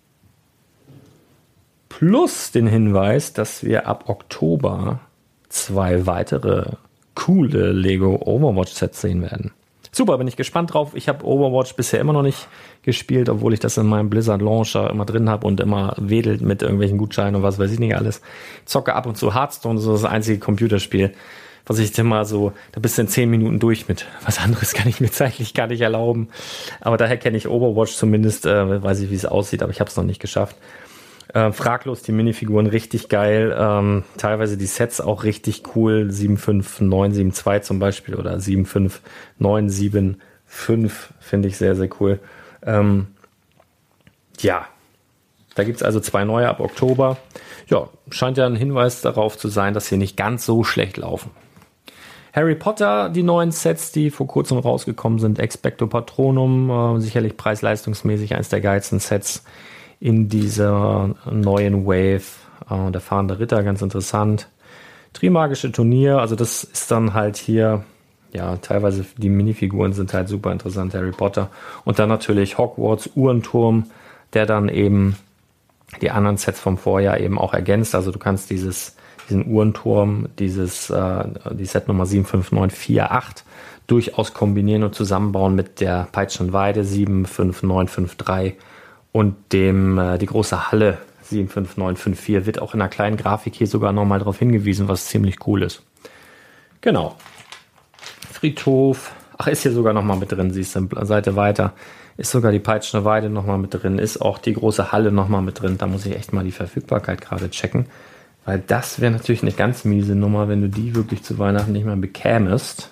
Plus den Hinweis, dass wir ab Oktober zwei weitere coole Lego Overwatch-Sets sehen werden. Super, bin ich gespannt drauf. Ich habe Overwatch bisher immer noch nicht gespielt, obwohl ich das in meinem Blizzard Launcher immer drin habe und immer wedelt mit irgendwelchen Gutscheinen und was weiß ich nicht alles. Zocke ab und zu Hearthstone, das ist das einzige Computerspiel, was ich immer so, da bist du in zehn Minuten durch mit. Was anderes kann ich mir zeitlich gar nicht erlauben. Aber daher kenne ich Overwatch zumindest, äh, weiß ich, wie es aussieht, aber ich habe es noch nicht geschafft. Äh, fraglos die Minifiguren richtig geil, ähm, teilweise die Sets auch richtig cool, sieben fünf neun sieben zwei zum Beispiel oder sieben fünf neun sieben fünf finde ich sehr, sehr cool. Ähm, ja, da gibt es also zwei neue ab Oktober. Ja, scheint ja ein Hinweis darauf zu sein, dass sie nicht ganz so schlecht laufen. Harry Potter, die neuen Sets, die vor kurzem rausgekommen sind, Expecto Patronum, äh, sicherlich preis-leistungsmäßig eines der geilsten Sets in dieser neuen Wave. Äh, der fahrende Ritter, ganz interessant. Trimagische Turnier, also das ist dann halt hier, ja, teilweise die Minifiguren sind halt super interessant, Harry Potter. Und dann natürlich Hogwarts, Uhrenturm, der dann eben die anderen Sets vom Vorjahr eben auch ergänzt. Also du kannst dieses, diesen Uhrenturm, dieses, äh, die Setnummer sieben fünf neun vier acht durchaus kombinieren und zusammenbauen mit der Peitschenweide sieben fünf neun fünf drei und dem, äh, die große Halle sieben fünf neun fünf vier wird auch in einer kleinen Grafik hier sogar nochmal darauf hingewiesen, was ziemlich cool ist. Genau. Friedhof. Ach, ist hier sogar nochmal mit drin, siehst du, eine Seite weiter. Ist sogar die Peitschende Weide nochmal mit drin. Ist auch die große Halle nochmal mit drin. Da muss ich echt mal die Verfügbarkeit gerade checken. Weil das wäre natürlich eine ganz miese Nummer, wenn du die wirklich zu Weihnachten nicht mehr bekämest.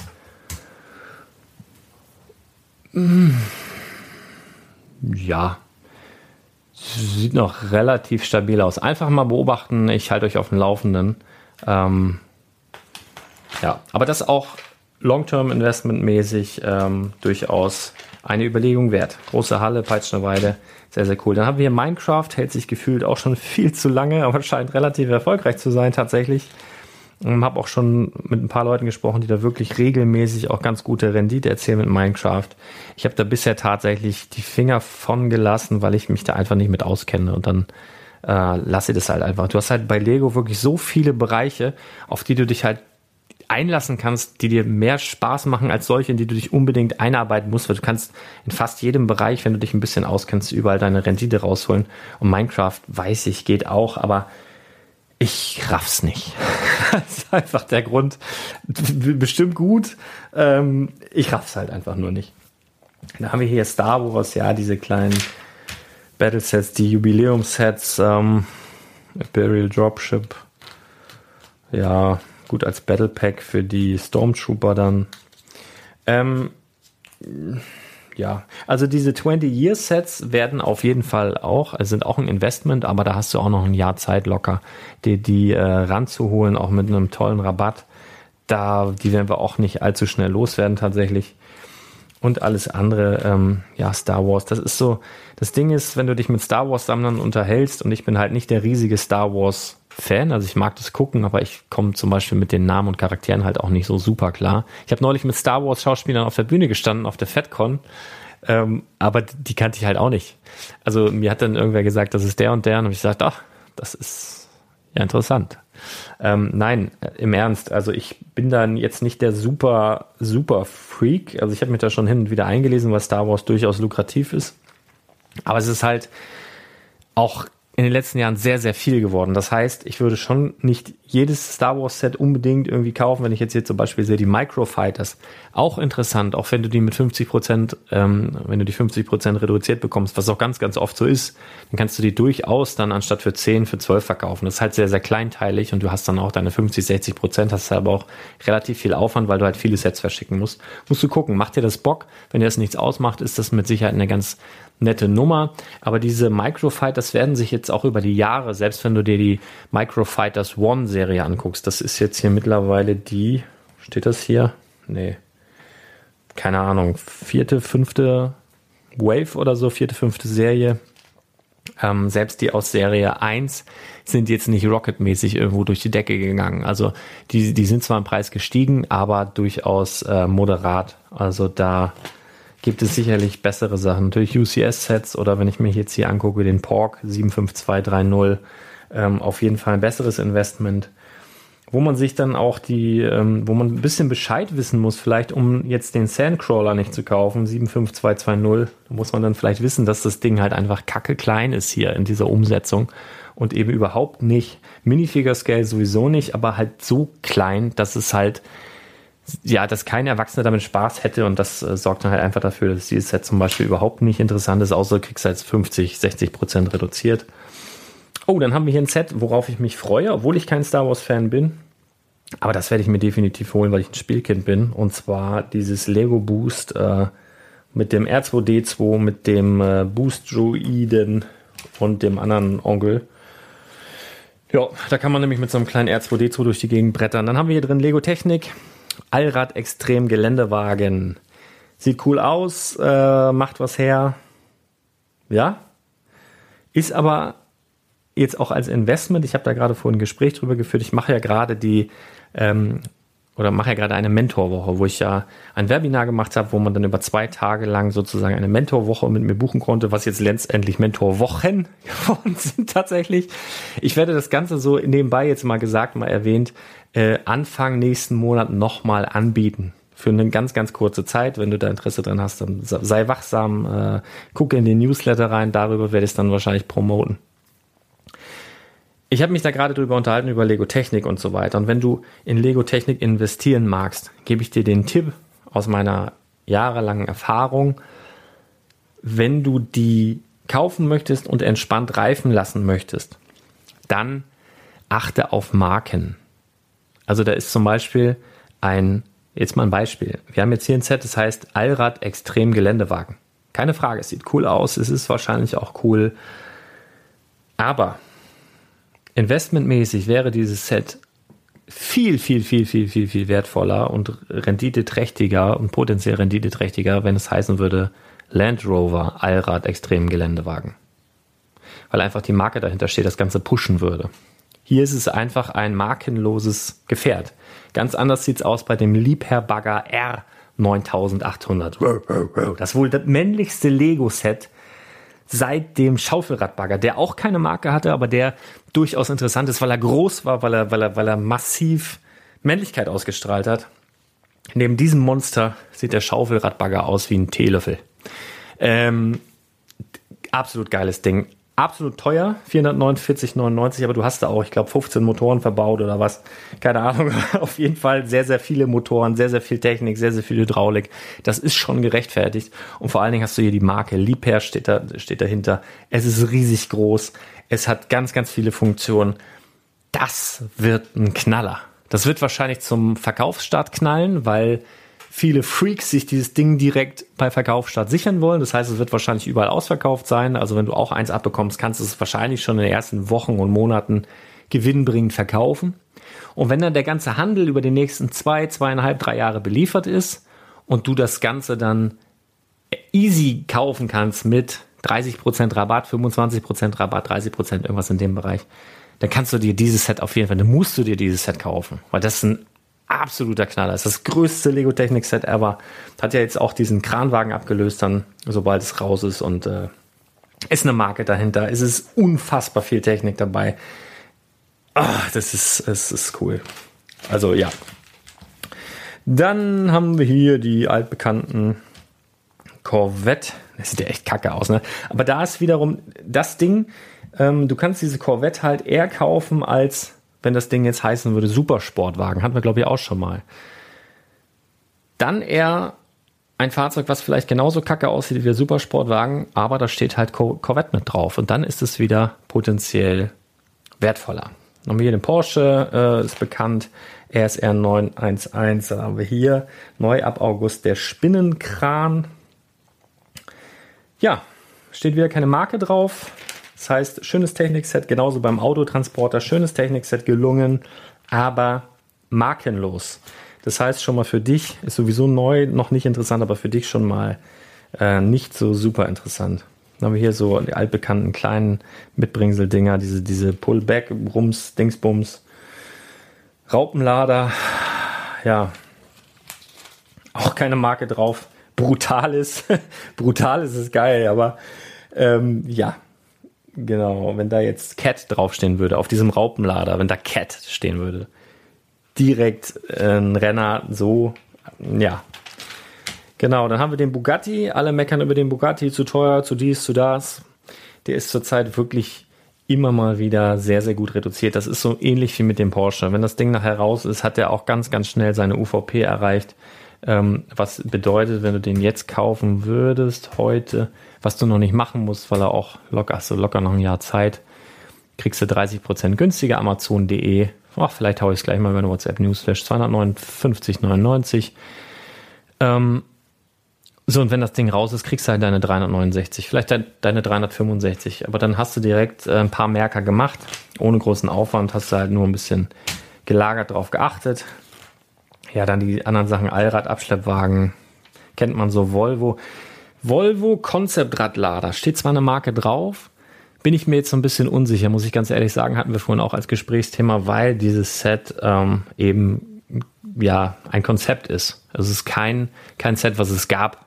Ja. Sieht noch relativ stabil aus. Einfach mal beobachten. Ich halte euch auf dem Laufenden. Ähm, ja, aber das auch Long-Term-Investment-mäßig ähm, durchaus eine Überlegung wert. Große Halle, Peitschende Weide, sehr, sehr cool. Dann haben wir hier Minecraft, hält sich gefühlt auch schon viel zu lange, aber scheint relativ erfolgreich zu sein tatsächlich. Ich habe auch schon mit ein paar Leuten gesprochen, die da wirklich regelmäßig auch ganz gute Rendite erzielen mit Minecraft. Ich habe da bisher tatsächlich die Finger von gelassen, weil ich mich da einfach nicht mit auskenne und dann äh, lasse ich das halt einfach. Du hast halt bei Lego wirklich so viele Bereiche, auf die du dich halt einlassen kannst, die dir mehr Spaß machen als solche, in die du dich unbedingt einarbeiten musst, weil du kannst in fast jedem Bereich, wenn du dich ein bisschen auskennst, überall deine Rendite rausholen. Und Minecraft, weiß ich, geht auch, aber ich raff's nicht. Das ist einfach der Grund. Bestimmt gut. Ähm, ich raff's halt einfach nur nicht. Dann haben wir hier Star Wars, ja, diese kleinen Battle-Sets, die Jubiläumsets, ähm, Imperial Dropship, ja, gut als Battle Pack für die Stormtrooper dann. Ähm, ja, also diese zwanzig-Year-Sets werden auf jeden Fall auch, also sind auch ein Investment, aber da hast du auch noch ein Jahr Zeit locker, die, die äh, ranzuholen, auch mit einem tollen Rabatt. Da, die werden wir auch nicht allzu schnell loswerden tatsächlich. Und alles andere, ähm, ja, Star Wars, das ist so, das Ding ist, wenn du dich mit Star Wars-Sammlern unterhältst, und ich bin halt nicht der riesige Star Wars-Fan, also ich mag das gucken, aber ich komme zum Beispiel mit den Namen und Charakteren halt auch nicht so super klar. Ich habe neulich mit Star Wars-Schauspielern auf der Bühne gestanden, auf der FedCon, ähm, aber die kannte ich halt auch nicht. Also mir hat dann irgendwer gesagt, das ist der und der, und ich gesagt, ach, das ist ja interessant. Ähm, nein, im Ernst, also ich bin dann jetzt nicht der super, super Freak, also ich habe mich da schon hin und wieder eingelesen, weil Star Wars durchaus lukrativ ist, aber es ist halt auch in den letzten Jahren sehr, sehr viel geworden. Das heißt, ich würde schon nicht jedes Star Wars Set unbedingt irgendwie kaufen, wenn ich jetzt hier zum Beispiel sehe, die Microfighters, auch interessant, auch wenn du die mit fünfzig Prozent, ähm, wenn du die fünfzig Prozent reduziert bekommst, was auch ganz, ganz oft so ist, dann kannst du die durchaus dann anstatt für zehn, für zwölf verkaufen. Das ist halt sehr, sehr kleinteilig und du hast dann auch deine fünfzig, sechzig Prozent, hast aber auch relativ viel Aufwand, weil du halt viele Sets verschicken musst. Musst du gucken, macht dir das Bock? Wenn dir das nichts ausmacht, ist das mit Sicherheit eine ganz nette Nummer, aber diese Microfighters werden sich jetzt auch über die Jahre, selbst wenn du dir die Microfighters One Serie anguckst, das ist jetzt hier mittlerweile die, steht das hier? Nee, keine Ahnung, vierte, fünfte Wave oder so, vierte, fünfte Serie. Ähm, selbst die aus Serie eins sind jetzt nicht rocketmäßig irgendwo durch die Decke gegangen. Also die, die sind zwar im Preis gestiegen, aber durchaus äh, moderat. Also da gibt es sicherlich bessere Sachen. Natürlich U C S-Sets oder wenn ich mir jetzt hier angucke, den Pork sieben fünf zwei drei null, ähm, auf jeden Fall ein besseres Investment, wo man sich dann auch die, ähm, wo man ein bisschen Bescheid wissen muss, vielleicht um jetzt den Sandcrawler nicht zu kaufen, sieben fünf zwei zwei null, da muss man dann vielleicht wissen, dass das Ding halt einfach kacke klein ist hier in dieser Umsetzung und eben überhaupt nicht, Minifigure-Scale sowieso nicht, aber halt so klein, dass es halt ja, dass kein Erwachsener damit Spaß hätte und das äh, sorgt dann halt einfach dafür, dass dieses Set zum Beispiel überhaupt nicht interessant ist, außer du kriegst halt fünfzig, sechzig Prozent reduziert. Oh, dann haben wir hier ein Set, worauf ich mich freue, obwohl ich kein Star Wars Fan bin, aber das werde ich mir definitiv holen, weil ich ein Spielkind bin, und zwar dieses Lego Boost äh, mit dem R zwei D zwei, mit dem äh, Boost Droiden und dem anderen Onkel. Ja, da kann man nämlich mit so einem kleinen R zwei D zwei durch die Gegend brettern. Dann haben wir hier drin Lego Technik, Allrad Extrem Geländewagen. Sieht cool aus, äh, macht was her. Ja. Ist aber jetzt auch als Investment, ich habe da gerade vorhin ein Gespräch drüber geführt, ich mache ja gerade die, ähm, oder mache ja gerade eine Mentorwoche, wo ich ja ein Webinar gemacht habe, wo man dann über zwei Tage lang sozusagen eine Mentorwoche mit mir buchen konnte, was jetzt letztendlich Mentorwochen geworden sind tatsächlich. Ich werde das Ganze so nebenbei jetzt mal gesagt, mal erwähnt, äh, Anfang nächsten Monat nochmal anbieten. Für eine ganz, ganz kurze Zeit. Wenn du da Interesse dran hast, dann sei wachsam, äh, gucke in den Newsletter rein, darüber werde ich es dann wahrscheinlich promoten. Ich habe mich da gerade drüber unterhalten, über Lego Technik und so weiter. Und wenn du in Lego Technik investieren magst, gebe ich dir den Tipp aus meiner jahrelangen Erfahrung, wenn du die kaufen möchtest und entspannt reifen lassen möchtest, dann achte auf Marken. Also da ist zum Beispiel ein, jetzt mal ein Beispiel. Wir haben jetzt hier ein Set, das heißt Allrad Extrem Geländewagen. Keine Frage, es sieht cool aus, es ist wahrscheinlich auch cool, aber investmentmäßig wäre dieses Set viel, viel, viel, viel, viel, viel wertvoller und renditeträchtiger und potenziell renditeträchtiger, wenn es heißen würde Land Rover Allrad Extrem Geländewagen. Weil einfach die Marke dahinter steht, das Ganze pushen würde. Hier ist es einfach ein markenloses Gefährt. Ganz anders sieht es aus bei dem Liebherr-Bagger R neuntausendachthundert. Das wohl das männlichste Lego-Set seit dem Schaufelradbagger, der auch keine Marke hatte, aber der durchaus interessant ist, weil er groß war, weil er, weil er, weil er massiv Männlichkeit ausgestrahlt hat. Neben diesem Monster sieht der Schaufelradbagger aus wie ein Teelöffel. Ähm, absolut geiles Ding. Absolut teuer, vierhundertneunundvierzig neunundneunzig, aber du hast da auch, ich glaube, fünfzehn Motoren verbaut oder was. Keine Ahnung. Auf jeden Fall sehr, sehr viele Motoren, sehr, sehr viel Technik, sehr, sehr viel Hydraulik. Das ist schon gerechtfertigt. Und vor allen Dingen hast du hier die Marke Liebherr steht da, steht dahinter. Es ist riesig groß. Es hat ganz, ganz viele Funktionen. Das wird ein Knaller. Das wird wahrscheinlich zum Verkaufsstart knallen, weil viele Freaks sich dieses Ding direkt bei Verkaufsstart sichern wollen. Das heißt, es wird wahrscheinlich überall ausverkauft sein. Also wenn du auch eins abbekommst, kannst du es wahrscheinlich schon in den ersten Wochen und Monaten gewinnbringend verkaufen. Und wenn dann der ganze Handel über die nächsten zwei, zweieinhalb, drei Jahre beliefert ist und du das Ganze dann easy kaufen kannst mit dreißig Prozent Rabatt, fünfundzwanzig Prozent Rabatt, dreißig Prozent, irgendwas in dem Bereich, dann kannst du dir dieses Set auf jeden Fall, dann musst du dir dieses Set kaufen, weil das ist ein absoluter Knaller. Das ist das größte Lego-Technik-Set ever. Hat ja jetzt auch diesen Kranwagen abgelöst, dann, sobald es raus ist. Und äh, ist eine Marke dahinter. Es ist unfassbar viel Technik dabei. Ah, das ist, das ist cool. Also ja. Dann haben wir hier die altbekannten Corvette. Das sieht ja echt kacke aus, ne? Aber da ist wiederum das Ding, ähm, du kannst diese Corvette halt eher kaufen als, wenn das Ding jetzt heißen würde, Supersportwagen, hatten wir glaube ich auch schon mal. Dann eher ein Fahrzeug, was vielleicht genauso kacke aussieht wie der Supersportwagen, aber da steht halt Corvette mit drauf und dann ist es wieder potenziell wertvoller. Dann haben wir hier den Porsche, äh, ist bekannt, R S R neun eins eins, dann haben wir hier neu ab August der Spinnenkran. Ja, steht wieder keine Marke drauf. Das heißt, schönes Technikset, genauso beim Autotransporter, schönes Technikset gelungen, aber markenlos. Das heißt schon mal für dich, ist sowieso neu, noch nicht interessant, aber für dich schon mal äh, nicht so super interessant. Dann haben wir hier so die altbekannten kleinen Mitbringsel-Dinger, diese, diese Pullback, Rums, Dingsbums, Raupenlader, ja, auch keine Marke drauf. Brutales, Brutales ist geil, aber ähm, ja, genau, wenn da jetzt Cat draufstehen würde, auf diesem Raupenlader, wenn da Cat stehen würde, direkt äh, ein Renner, so, ja. Genau, dann haben wir den Bugatti, alle meckern über den Bugatti, zu teuer, zu dies, zu das. Der ist zurzeit wirklich immer mal wieder sehr, sehr gut reduziert. Das ist so ähnlich wie mit dem Porsche. Wenn das Ding nachher raus ist, hat er auch ganz, ganz schnell seine U V P erreicht. Ähm, was bedeutet, wenn du den jetzt kaufen würdest, heute, was du noch nicht machen musst, weil er auch locker, hast du locker noch ein Jahr Zeit, kriegst du dreißig Prozent günstiger, Amazon punkt de. Ach, vielleicht haue ich es gleich mal über eine WhatsApp-Newsflash, zweihundertneunundfünfzig neunundneunzig. Ähm, so, und wenn das Ding raus ist, kriegst du halt deine dreihundertneunundsechzig, vielleicht deine dreihundertfünfundsechzig, aber dann hast du direkt äh, ein paar Merker gemacht, ohne großen Aufwand, hast du halt nur ein bisschen gelagert drauf geachtet. Ja, dann die anderen Sachen, Allrad-Abschleppwagen, kennt man so, Volvo. Volvo Konzeptradlader, steht zwar eine Marke drauf, bin ich mir jetzt so ein bisschen unsicher, muss ich ganz ehrlich sagen, hatten wir vorhin auch als Gesprächsthema, weil dieses Set ähm, eben ja ein Konzept ist. Also es ist kein, kein Set, was es gab.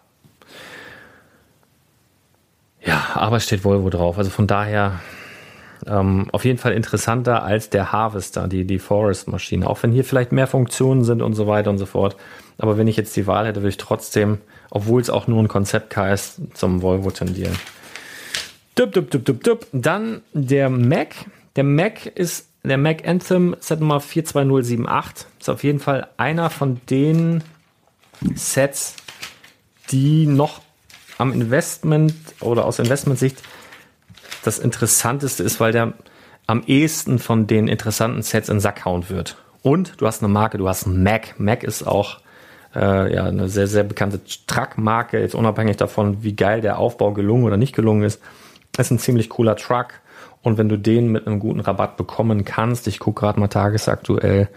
Ja, aber steht Volvo drauf. Also von daher ähm, auf jeden Fall interessanter als der Harvester, die, die Forest-Maschine. Auch wenn hier vielleicht mehr Funktionen sind und so weiter und so fort. Aber wenn ich jetzt die Wahl hätte, würde ich trotzdem, obwohl es auch nur ein Konzept-Car ist, zum Volvo tendieren. Dup, dup, dup, dup, dup. Dann der Mac. Der Mac ist der Mac Anthem Set Nummer vier zwei null sieben acht. Ist auf jeden Fall einer von den Sets, die noch am Investment oder aus Investmentsicht das Interessanteste ist, weil der am ehesten von den interessanten Sets in den Sack hauen wird. Und du hast eine Marke, du hast einen Mac. Mac ist auch äh, ja, eine sehr, sehr bekannte Truck-Marke, jetzt unabhängig davon, wie geil der Aufbau gelungen oder nicht gelungen ist. Ist ein ziemlich cooler Truck. Und wenn du den mit einem guten Rabatt bekommen kannst, ich gucke gerade mal tagesaktuell,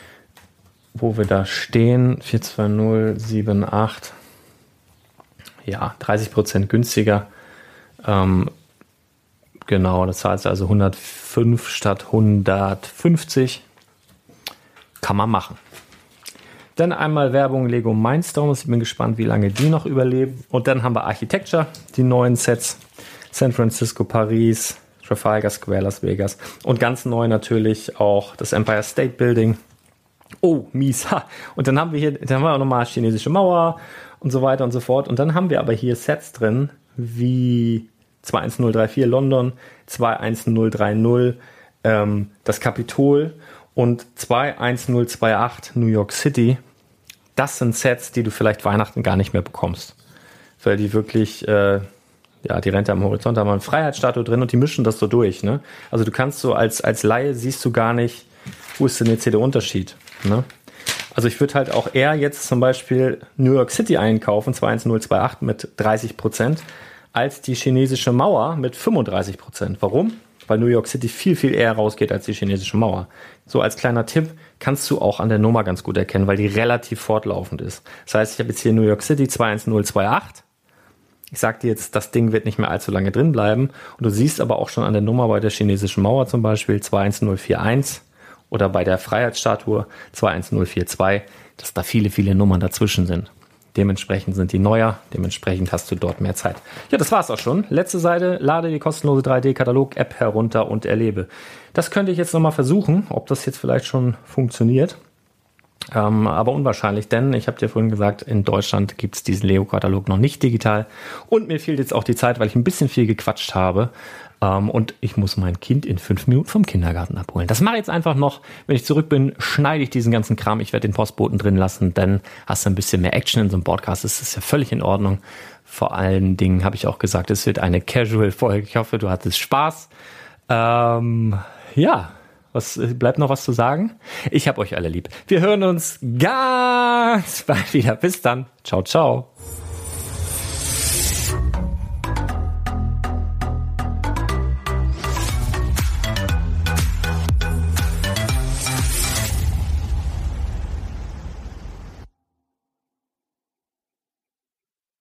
wo wir da stehen, vier zwei null sieben acht, ja, dreißig Prozent günstiger. Ähm, genau, das heißt also hundertfünf statt hundertfünfzig. Kann man machen. Dann einmal Werbung Lego Mindstorms. Ich bin gespannt, wie lange die noch überleben. Und dann haben wir Architecture, die neuen Sets. San Francisco, Paris, Trafalgar Square, Las Vegas. Und ganz neu natürlich auch das Empire State Building. Oh, mies. Ha. Und dann haben wir hier, dann haben wir auch nochmal chinesische Mauer und so weiter und so fort. Und dann haben wir aber hier Sets drin, wie zwei eins null drei vier London, zwei eins null drei null ähm, das Kapitol und zwei eins null zwei acht New York City. Das sind Sets, die du vielleicht Weihnachten gar nicht mehr bekommst. Weil die wirklich, äh, ja, die Rente am Horizont haben eine Freiheitsstatue drin und die mischen das so durch, ne? Also du kannst so als, als Laie siehst du gar nicht, wo ist denn jetzt hier der Unterschied, ne? Also ich würde halt auch eher jetzt zum Beispiel New York City einkaufen, zwei eins null zwei acht mit dreißig Prozent, als die chinesische Mauer mit fünfunddreißig Prozent. Warum? Weil New York City viel, viel eher rausgeht als die chinesische Mauer. So als kleiner Tipp kannst du auch an der Nummer ganz gut erkennen, weil die relativ fortlaufend ist. Das heißt, ich habe jetzt hier New York City zwei eins null zwei acht. Ich sag dir jetzt, das Ding wird nicht mehr allzu lange drin bleiben. Und du siehst aber auch schon an der Nummer bei der chinesischen Mauer zum Beispiel zwei eins null vier eins oder bei der Freiheitsstatue zwei eins null vier zwei, dass da viele, viele Nummern dazwischen sind. Dementsprechend sind die neuer, dementsprechend hast du dort mehr Zeit. Ja, das war's auch schon. Letzte Seite, lade die kostenlose drei D-Katalog-App herunter und erlebe. Das könnte ich jetzt nochmal versuchen, ob das jetzt vielleicht schon funktioniert. Ähm, aber unwahrscheinlich, denn ich habe dir vorhin gesagt, in Deutschland gibt es diesen Lego-Katalog noch nicht digital. Und mir fehlt jetzt auch die Zeit, weil ich ein bisschen viel gequatscht habe. Ähm, und ich muss mein Kind in fünf Minuten vom Kindergarten abholen. Das mache ich jetzt einfach noch. Wenn ich zurück bin, schneide ich diesen ganzen Kram. Ich werde den Postboten drin lassen, dann hast du ein bisschen mehr Action in so einem Podcast. Das ist ja völlig in Ordnung. Vor allen Dingen habe ich auch gesagt, es wird eine Casual-Folge. Ich hoffe, du hattest Spaß. Ähm, ja. Was, bleibt noch was zu sagen? Ich hab euch alle lieb. Wir hören uns ganz bald wieder. Bis dann. Ciao, ciao.